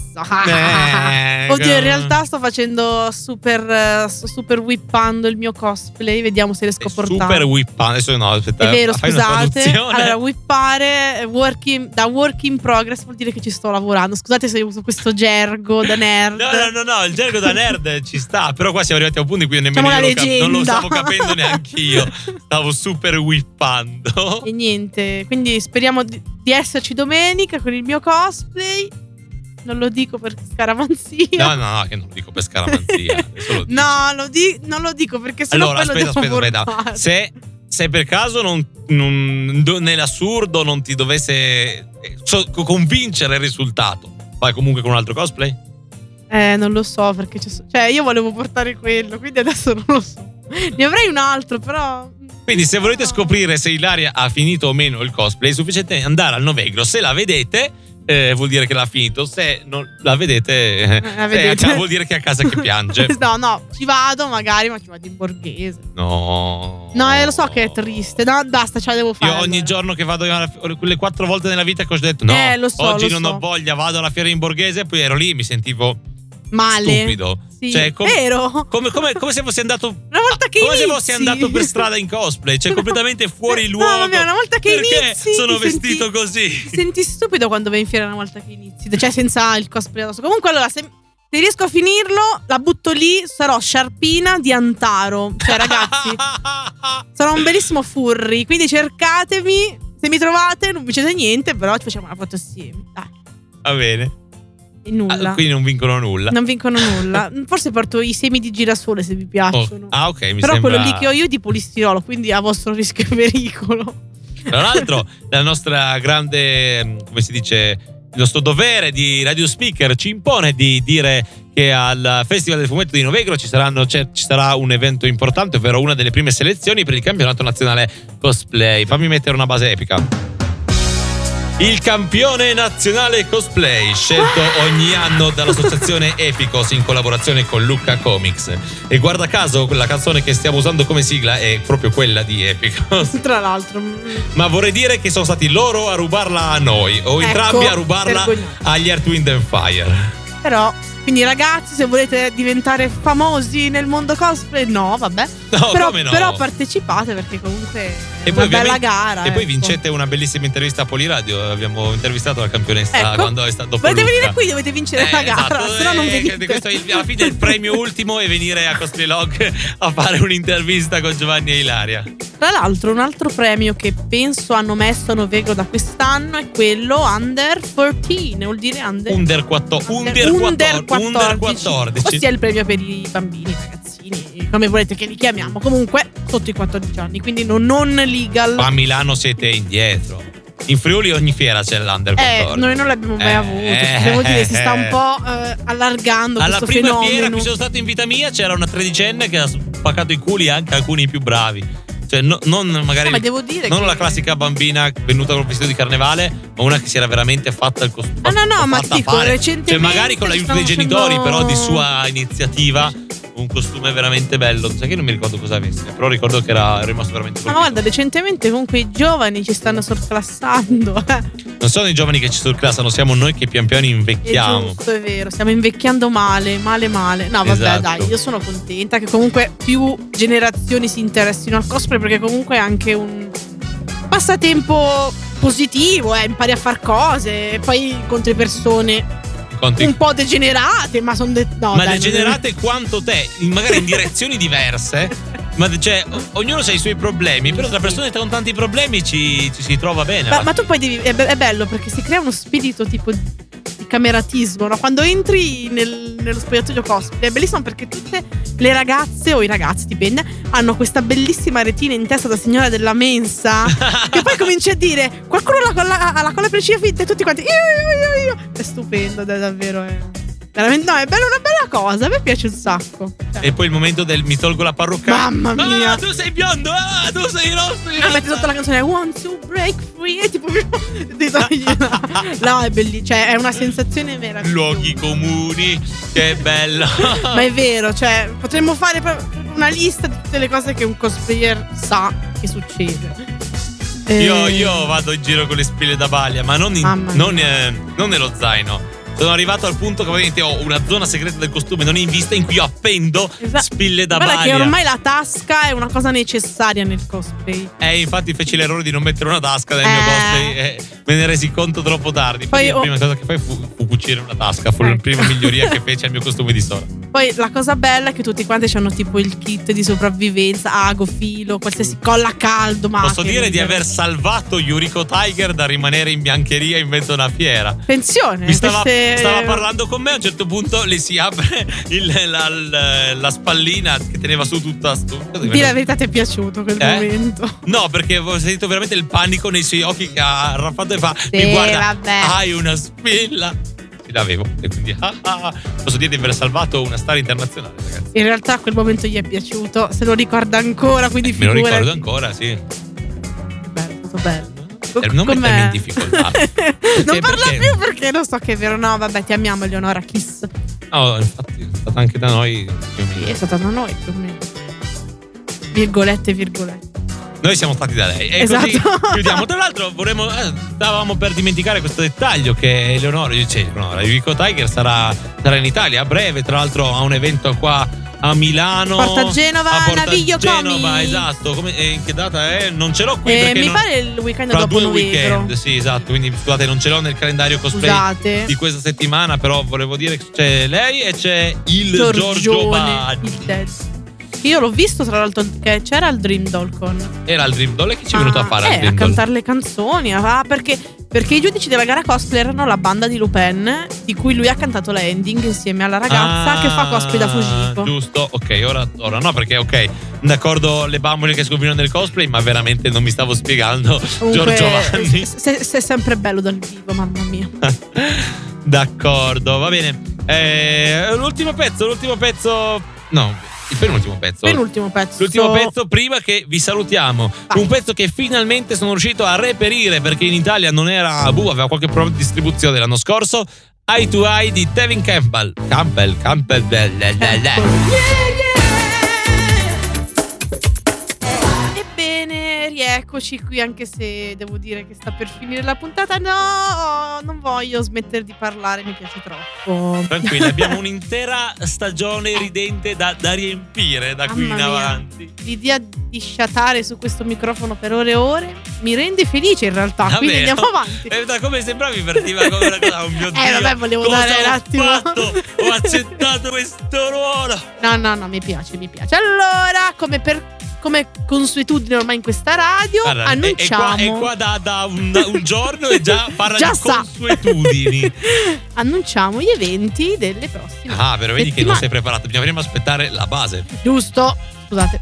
[SPEAKER 2] Eh,
[SPEAKER 4] Oddio, in
[SPEAKER 2] che-
[SPEAKER 4] realtà sto facendo super, eh, sto super whippando il mio cosplay. Vediamo se riesco a portare.
[SPEAKER 2] Super whippando. Adesso no, aspetta.
[SPEAKER 4] È vero,
[SPEAKER 2] fai una
[SPEAKER 4] scusate.
[SPEAKER 2] traduzione.
[SPEAKER 4] Allora, whippare, work in- da work in progress vuol dire che ci sto lavorando. Scusate se uso questo gergo da nerd.
[SPEAKER 2] No, no, no, no, il gergo da nerd ci sta. Però qua siamo arrivati a un punto in cui nemmeno
[SPEAKER 4] Siamo
[SPEAKER 2] io
[SPEAKER 4] una
[SPEAKER 2] lo cap- non lo
[SPEAKER 4] leggenda.
[SPEAKER 2] stavo capendo neanche io. Stavo super whippando.
[SPEAKER 4] E niente, quindi speriamo di, di esserci domenica con il mio cosplay. Non lo dico per scaramanzia.
[SPEAKER 2] No, no, no, che non lo dico per scaramanzia. adesso lo dico.
[SPEAKER 4] No, lo di- non lo dico perché sennò
[SPEAKER 2] Allora,
[SPEAKER 4] poi
[SPEAKER 2] aspetta,
[SPEAKER 4] lo devo
[SPEAKER 2] aspetta, aspetta.
[SPEAKER 4] portare.
[SPEAKER 2] Se, se per caso non, non- do- nell'assurdo non ti dovesse eh, so- convincere il risultato, fai comunque con un altro cosplay?
[SPEAKER 4] Eh, non lo so perché c'è, cioè io volevo portare quello, quindi adesso non lo so. Ne avrei un altro, però.
[SPEAKER 2] Quindi se volete
[SPEAKER 4] No.
[SPEAKER 2] scoprire se Ilaria ha finito o meno il cosplay, è sufficiente andare al Novegro. Se la vedete, eh, vuol dire che l'ha finito. Se non la vedete, eh,
[SPEAKER 4] la
[SPEAKER 2] se
[SPEAKER 4] vedete.
[SPEAKER 2] è a ca- vuol dire che è a casa che piange.
[SPEAKER 4] No, no, ci vado magari, ma ci vado in borghese.
[SPEAKER 2] No.
[SPEAKER 4] No, eh, lo so che è triste. No, basta, ce la devo fare.
[SPEAKER 2] Io ogni
[SPEAKER 4] allora.
[SPEAKER 2] giorno che vado alla fi- quelle quattro volte nella vita che ho detto no,
[SPEAKER 4] Eh, lo so,
[SPEAKER 2] oggi
[SPEAKER 4] lo
[SPEAKER 2] non
[SPEAKER 4] so.
[SPEAKER 2] ho voglia, vado alla fiera in borghese, poi ero lì e mi sentivo
[SPEAKER 4] Male.
[SPEAKER 2] stupido.
[SPEAKER 4] Sì,
[SPEAKER 2] Cioè, com-
[SPEAKER 4] vero?
[SPEAKER 2] come, come- come se fossi andato
[SPEAKER 4] Una volta che
[SPEAKER 2] come
[SPEAKER 4] inizi.
[SPEAKER 2] se fossi andato per strada in cosplay, cioè completamente fuori luogo.
[SPEAKER 4] No, vabbè, una volta che
[SPEAKER 2] perché
[SPEAKER 4] inizi
[SPEAKER 2] sono
[SPEAKER 4] ti
[SPEAKER 2] vestito
[SPEAKER 4] senti,
[SPEAKER 2] così.
[SPEAKER 4] Ti senti stupido quando vai in fiera una volta che inizi, cioè senza il cosplay addosso. Comunque allora se, se riesco a finirlo la butto lì, sarò Sciarpina di Antaro. Cioè ragazzi, sarò un bellissimo furry, quindi cercatemi. Se mi trovate non vincete niente, però ci facciamo una foto assieme. Dai.
[SPEAKER 2] Va bene.
[SPEAKER 4] E nulla.
[SPEAKER 2] Ah, quindi non vincono nulla.
[SPEAKER 4] Non vincono nulla. Forse porto i semi di girasole se vi piacciono.
[SPEAKER 2] Oh. Ah, ok, mi
[SPEAKER 4] Però
[SPEAKER 2] sembra...
[SPEAKER 4] quello lì che ho io è di polistirolo, quindi a vostro rischio e pericolo.
[SPEAKER 2] Tra l'altro, la nostra grande, come si dice, il nostro dovere di Radio Speaker ci impone di dire che al Festival del Fumetto di Novegro ci, saranno, cioè, ci sarà un evento importante, ovvero una delle prime selezioni per il campionato nazionale cosplay. Fammi mettere una base epica. Il campione nazionale cosplay, scelto ogni anno dall'associazione Epicos in collaborazione con Lucca Comics. E guarda caso, la canzone che stiamo usando come sigla è proprio quella di Epicos.
[SPEAKER 4] Tra l'altro.
[SPEAKER 2] Ma vorrei dire che sono stati loro a rubarla a noi, o entrambi
[SPEAKER 4] Ecco,
[SPEAKER 2] a rubarla
[SPEAKER 4] vergognato.
[SPEAKER 2] agli Earth, Wind and Fire.
[SPEAKER 4] Però, quindi ragazzi, se volete diventare famosi nel mondo cosplay, no, vabbè.
[SPEAKER 2] No,
[SPEAKER 4] però,
[SPEAKER 2] come no?
[SPEAKER 4] però partecipate perché comunque è
[SPEAKER 2] E
[SPEAKER 4] una
[SPEAKER 2] poi
[SPEAKER 4] bella
[SPEAKER 2] ovviamente-
[SPEAKER 4] gara.
[SPEAKER 2] E poi
[SPEAKER 4] ecco.
[SPEAKER 2] vincete una bellissima intervista a Poliradio. Abbiamo intervistato la campionessa
[SPEAKER 4] Ecco.
[SPEAKER 2] quando è stato dopo
[SPEAKER 4] Volete
[SPEAKER 2] Lucca.
[SPEAKER 4] venire qui, dovete vincere
[SPEAKER 2] Eh,
[SPEAKER 4] la gara,
[SPEAKER 2] esatto.
[SPEAKER 4] se no non
[SPEAKER 2] Eh,
[SPEAKER 4] venite.
[SPEAKER 2] questo è il- alla fine il premio ultimo è venire a Cosplay Log a fare un'intervista con Giovanni e Ilaria.
[SPEAKER 4] Tra l'altro, un altro premio che penso hanno messo a Novegro da quest'anno è quello Under quattordici, vuol dire Under
[SPEAKER 2] Under quattordici. Under
[SPEAKER 4] Under
[SPEAKER 2] quattordici. Under quattordici.
[SPEAKER 4] Ossia il premio per i bambini, ragazzini, come volete che li chiamiamo. Comunque sotto i quattordici anni, quindi non, non legal.
[SPEAKER 2] Ma a Milano siete indietro. In Friuli ogni fiera c'è l'Under
[SPEAKER 4] Eh,
[SPEAKER 2] quattordici.
[SPEAKER 4] noi non l'abbiamo mai
[SPEAKER 2] Eh,
[SPEAKER 4] avuto.
[SPEAKER 2] eh,
[SPEAKER 4] Devo dire, si sta
[SPEAKER 2] eh.
[SPEAKER 4] un po' eh, allargando
[SPEAKER 2] Alla
[SPEAKER 4] questo
[SPEAKER 2] prima
[SPEAKER 4] fenomeno.
[SPEAKER 2] fiera in cui sono stato in vita mia c'era una tredicenne che ha spaccato i culi anche a alcuni più bravi. Cioè, no- non magari.
[SPEAKER 4] No, ma devo dire
[SPEAKER 2] non
[SPEAKER 4] che-
[SPEAKER 2] la classica bambina venuta col vestito di carnevale, ma una che si era veramente fatta il costume.
[SPEAKER 4] Ah, no, no, ma
[SPEAKER 2] fatta
[SPEAKER 4] dico,
[SPEAKER 2] fare.
[SPEAKER 4] recentemente
[SPEAKER 2] Cioè, magari con l'aiuto dei
[SPEAKER 4] stanno
[SPEAKER 2] genitori,
[SPEAKER 4] facendo-
[SPEAKER 2] però di sua iniziativa. Un costume veramente bello. Sai che non mi ricordo cosa avesse, però ricordo che era rimasto veramente
[SPEAKER 4] Ma
[SPEAKER 2] colpito.
[SPEAKER 4] guarda, recentemente comunque i giovani ci stanno sorclassando. eh.
[SPEAKER 2] Non sono i giovani che ci surclassano, siamo noi che pian piano
[SPEAKER 4] È
[SPEAKER 2] invecchiamo.
[SPEAKER 4] giusto, è vero, stiamo invecchiando male, male, male. No, vabbè,
[SPEAKER 2] Esatto.
[SPEAKER 4] dai, io sono contenta che comunque più generazioni si interessino al cosplay, perché comunque è anche un passatempo positivo, eh, impari a far cose, e poi incontri persone
[SPEAKER 2] Conti-
[SPEAKER 4] un po' degenerate, ma sono de- no,
[SPEAKER 2] ma
[SPEAKER 4] dai,
[SPEAKER 2] degenerate quanto te, in- magari in direzioni diverse. Ma cioè, o- ognuno ha i suoi problemi, però tra persone con tanti problemi ci, ci si trova bene.
[SPEAKER 4] Ma, ma tu poi devi. È, be- è bello perché si crea uno spirito tipo di cameratismo, no? Quando entri nel- nello spogliatoio cosplay è bellissimo perché tutte le ragazze o i ragazzi, dipende, hanno questa bellissima retina in testa da signora della mensa. Che poi cominci a dire: qualcuno ha la colla, ha la colla per le ciglia fitte e tutti quanti. Io, io, io, io. È stupendo, è davvero. È veramente. No, è bella, una bella cosa. A me piace un sacco. Cioè,
[SPEAKER 2] E poi il momento del mi tolgo la parrucca.
[SPEAKER 4] Mamma mia.
[SPEAKER 2] Ah, tu sei biondo, ah, tu sei rosso. io
[SPEAKER 4] Ah, metti sotto la canzone One to break free e tipo ti togli. No, è bellissimo, cioè è una sensazione meravigliosa.
[SPEAKER 2] Luoghi comuni, che bello.
[SPEAKER 4] Ma è vero, cioè potremmo fare proprio una lista di tutte le cose che un cosplayer sa che succede. Eh,
[SPEAKER 2] Io, io vado in giro con le spille da baglia, ma non, in-
[SPEAKER 4] Mamma mia.
[SPEAKER 2] non, eh, non nello zaino. Sono arrivato al punto che ovviamente ho una zona segreta del costume non in vista in cui io appendo
[SPEAKER 4] Esatto.
[SPEAKER 2] spille da
[SPEAKER 4] Guarda
[SPEAKER 2] baglia.
[SPEAKER 4] che ormai la tasca è una cosa necessaria nel cosplay.
[SPEAKER 2] Eh, infatti feci l'errore di non mettere una tasca nel
[SPEAKER 4] Eh.
[SPEAKER 2] mio cosplay e me ne resi conto troppo tardi.
[SPEAKER 4] Poi
[SPEAKER 2] Quindi la
[SPEAKER 4] ho-
[SPEAKER 2] prima cosa che fai fu, fu cucire una tasca. Fu la
[SPEAKER 4] Ecco.
[SPEAKER 2] prima miglioria che fece al mio costume di Sora.
[SPEAKER 4] Poi la cosa bella è che tutti quanti hanno tipo il kit di sopravvivenza, ago, filo, qualsiasi colla a caldo. Ma
[SPEAKER 2] Posso
[SPEAKER 4] che
[SPEAKER 2] dire di
[SPEAKER 4] ridere.
[SPEAKER 2] aver salvato Yuriko Tiger da rimanere in biancheria in mezzo a una fiera.
[SPEAKER 4] Pensione.
[SPEAKER 2] Mi stava,
[SPEAKER 4] queste-
[SPEAKER 2] stava parlando con me, a un certo punto le si apre il- la, la- la spallina che teneva su tutta. tutta
[SPEAKER 4] Di la verità ti è piaciuto quel
[SPEAKER 2] Eh?
[SPEAKER 4] momento.
[SPEAKER 2] No, perché ho sentito veramente il panico nei suoi occhi che ha arraffato e fa:
[SPEAKER 4] Sì,
[SPEAKER 2] mi guarda,
[SPEAKER 4] vabbè.
[SPEAKER 2] hai una spilla. Sì, l'avevo. E quindi ah, ah, posso dire di aver salvato una star internazionale, ragazzi.
[SPEAKER 4] In realtà a quel momento gli è piaciuto, se lo ricorda ancora, quindi
[SPEAKER 2] Me lo
[SPEAKER 4] figurati.
[SPEAKER 2] ricordo ancora, sì.
[SPEAKER 4] Bello, è stato bello.
[SPEAKER 2] Eh, non
[SPEAKER 4] Com'è?
[SPEAKER 2] mettermi in difficoltà.
[SPEAKER 4] Non parla
[SPEAKER 2] perché?
[SPEAKER 4] più perché lo so che è vero. No, vabbè, ti amiamo, Eleonora Kiss.
[SPEAKER 2] No, infatti è stata anche da noi più o
[SPEAKER 4] Sì,
[SPEAKER 2] meno.
[SPEAKER 4] è stata da noi più o meno. Virgolette, virgolette.
[SPEAKER 2] Noi siamo stati da lei. E
[SPEAKER 4] Esatto.
[SPEAKER 2] così chiudiamo. Tra l'altro, vorremmo. Eh, stavamo per dimenticare questo dettaglio: che Eleonora, cioè Eleonora, Yuriko Tiger sarà, sarà in Italia a breve. Tra l'altro, ha un evento qua a Milano,
[SPEAKER 4] Porta Genova,
[SPEAKER 2] a Porta
[SPEAKER 4] Naviglio
[SPEAKER 2] Genova,
[SPEAKER 4] Comics.
[SPEAKER 2] esatto. Come, eh, in che data è? Non ce l'ho qui
[SPEAKER 4] Eh,
[SPEAKER 2] perché
[SPEAKER 4] mi
[SPEAKER 2] non-
[SPEAKER 4] pare il weekend
[SPEAKER 2] fra
[SPEAKER 4] dopo
[SPEAKER 2] due
[SPEAKER 4] Novegro.
[SPEAKER 2] weekend, sì, esatto. Quindi scusate, non ce l'ho nel calendario cosplay
[SPEAKER 4] Scusate.
[SPEAKER 2] di questa settimana, però volevo dire che c'è lei e c'è il Giorgio
[SPEAKER 4] Giorgione,
[SPEAKER 2] Baggi.
[SPEAKER 4] il Dead. Io l'ho visto tra l'altro che c'era al Dream Doll Con.
[SPEAKER 2] Era al Dream Doll e chi ci è venuto a fare
[SPEAKER 4] eh,
[SPEAKER 2] al Dream
[SPEAKER 4] a
[SPEAKER 2] Doll?
[SPEAKER 4] cantare le canzoni. Ah, perché, perché i giudici della gara cosplay erano la banda di Lupin, di cui lui ha cantato la ending insieme alla ragazza
[SPEAKER 2] Ah,
[SPEAKER 4] che fa cosplay da Fujiko.
[SPEAKER 2] Giusto, ok, ora, ora no, perché ok, d'accordo le bambole che scoprono nel cosplay, ma veramente non mi stavo spiegando
[SPEAKER 4] Comunque,
[SPEAKER 2] Giorgio Vanni.
[SPEAKER 4] se- se- è sempre bello dal vivo, mamma mia.
[SPEAKER 2] D'accordo, va bene. Eh, l'ultimo pezzo, l'ultimo pezzo. No, il penultimo pezzo.
[SPEAKER 4] Penultimo pezzo.
[SPEAKER 2] L'ultimo pezzo prima che vi salutiamo.
[SPEAKER 4] Vai.
[SPEAKER 2] Un pezzo che finalmente sono riuscito a reperire perché in Italia non era. Boh, aveva qualche problema di distribuzione l'anno scorso. Eye to Eye di Tevin Campbell. Campbell, Campbell. blah, blah, blah, blah.
[SPEAKER 4] Ebbene, rieccoci qui, anche se devo dire che sta per finire la puntata. No, non voglio smettere di parlare, mi piace troppo.
[SPEAKER 2] Tranquilli, abbiamo un'intera stagione ridente da, da riempire da qui in
[SPEAKER 4] Mamma mia.
[SPEAKER 2] avanti.
[SPEAKER 4] L'idea di sciatare su questo microfono per ore e ore mi rende felice in realtà.
[SPEAKER 2] Davvero?
[SPEAKER 4] Quindi andiamo avanti.
[SPEAKER 2] E da come sembravi partiva come una cosa. Oh mio Dio,
[SPEAKER 4] Eh, vabbè, volevo
[SPEAKER 2] cosa
[SPEAKER 4] dare un
[SPEAKER 2] ho
[SPEAKER 4] attimo.
[SPEAKER 2] fatto? Ho accettato questo ruolo.
[SPEAKER 4] No, no, no, mi piace, mi piace. Allora, come per come consuetudine ormai in questa radio,
[SPEAKER 2] Guarda, è-
[SPEAKER 4] annunciamo.
[SPEAKER 2] È qua, è qua da, da un, da un giorno e già parla
[SPEAKER 4] Già
[SPEAKER 2] di
[SPEAKER 4] sa.
[SPEAKER 2] consuetudini.
[SPEAKER 4] Annunciamo gli eventi delle prossime.
[SPEAKER 2] Ah, però vedi che non
[SPEAKER 4] settimane.
[SPEAKER 2] sei preparato. Bisogna aspettare la base.
[SPEAKER 4] Giusto. Scusate.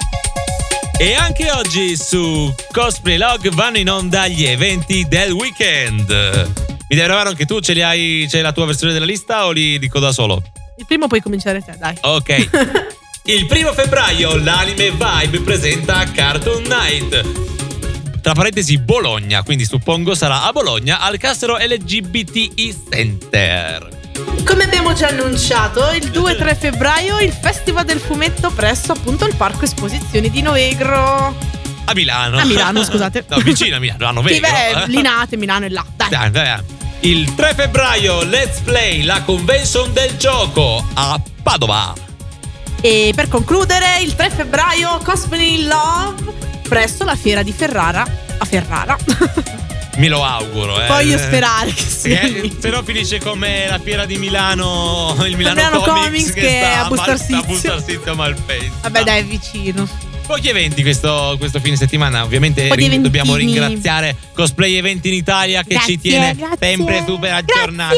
[SPEAKER 2] E anche oggi su Cosplay Log vanno in onda gli eventi del weekend. Mi devi provare anche tu, ce li hai, c'è la tua versione della lista o li dico da solo?
[SPEAKER 4] Il primo puoi cominciare te, dai.
[SPEAKER 2] Ok. Il primo febbraio l'Anime Vibe presenta Cartoon Night. Tra parentesi Bologna, quindi suppongo sarà a Bologna al Cassero L G B T I Center.
[SPEAKER 4] Come abbiamo già annunciato, il due e tre febbraio il Festival del Fumetto presso appunto il Parco Esposizioni di Novegro.
[SPEAKER 2] A Milano.
[SPEAKER 4] A Milano, scusate.
[SPEAKER 2] No, vicino a Milano, a
[SPEAKER 4] Sì,
[SPEAKER 2] Novegro.
[SPEAKER 4] beh, Linate, Milano è là. Dai.
[SPEAKER 2] Dai, dai. Il tre febbraio Let's Play, la convention del gioco a Padova.
[SPEAKER 4] E per concludere, il tre febbraio Cosplay in Love presso la fiera di Ferrara a Ferrara.
[SPEAKER 2] Me lo auguro, eh.
[SPEAKER 4] Voglio sperare che sia
[SPEAKER 2] Eh,
[SPEAKER 4] lì.
[SPEAKER 2] se no finisce come la fiera di Milano, il Milano,
[SPEAKER 4] Milano
[SPEAKER 2] Comics,
[SPEAKER 4] Comics
[SPEAKER 2] che,
[SPEAKER 4] che è
[SPEAKER 2] sta
[SPEAKER 4] a Bustarsizio.
[SPEAKER 2] a Bustarsizio a Malpensa.
[SPEAKER 4] Vabbè, dai, è vicino.
[SPEAKER 2] Pochi eventi questo, questo fine settimana. Ovviamente
[SPEAKER 4] Un po' di
[SPEAKER 2] rin- dobbiamo
[SPEAKER 4] eventini.
[SPEAKER 2] ringraziare Cosplay Eventi in Italia che
[SPEAKER 4] Grazie,
[SPEAKER 2] ci tiene
[SPEAKER 4] grazie,
[SPEAKER 2] sempre super aggiornati.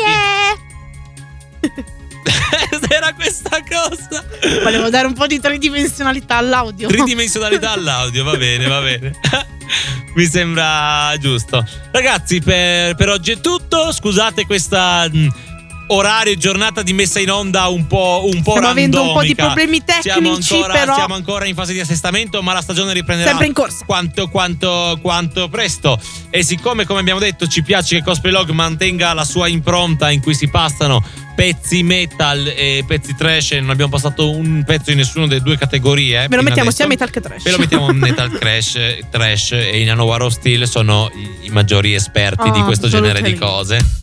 [SPEAKER 4] Grazie.
[SPEAKER 2] Era questa cosa.
[SPEAKER 4] Volevo dare un po' di tridimensionalità all'audio.
[SPEAKER 2] Tridimensionalità all'audio, va bene, va bene. Mi sembra giusto. Ragazzi, per, per oggi è tutto. Scusate questa mh, orario e giornata di messa in onda un po', un po'
[SPEAKER 4] Stiamo avendo un po' di
[SPEAKER 2] randomica.
[SPEAKER 4] problemi
[SPEAKER 2] Siamo
[SPEAKER 4] tecnici,
[SPEAKER 2] ancora,
[SPEAKER 4] però
[SPEAKER 2] siamo ancora in fase di assestamento, ma la stagione riprenderà
[SPEAKER 4] sempre in corsa.
[SPEAKER 2] quanto, quanto, quanto presto. E siccome, come abbiamo detto, ci piace che Cosplay Log mantenga la sua impronta in cui si passano pezzi metal e pezzi trash, e non abbiamo passato un pezzo in nessuna delle due categorie.
[SPEAKER 4] Me lo
[SPEAKER 2] fino
[SPEAKER 4] mettiamo
[SPEAKER 2] adesso.
[SPEAKER 4] sia metal che trash.
[SPEAKER 2] Ve lo mettiamo metal crash, trash, e i Nano War of Steel sono i, i maggiori esperti
[SPEAKER 4] Oh,
[SPEAKER 2] di questo genere di
[SPEAKER 4] assolutamente.
[SPEAKER 2] cose.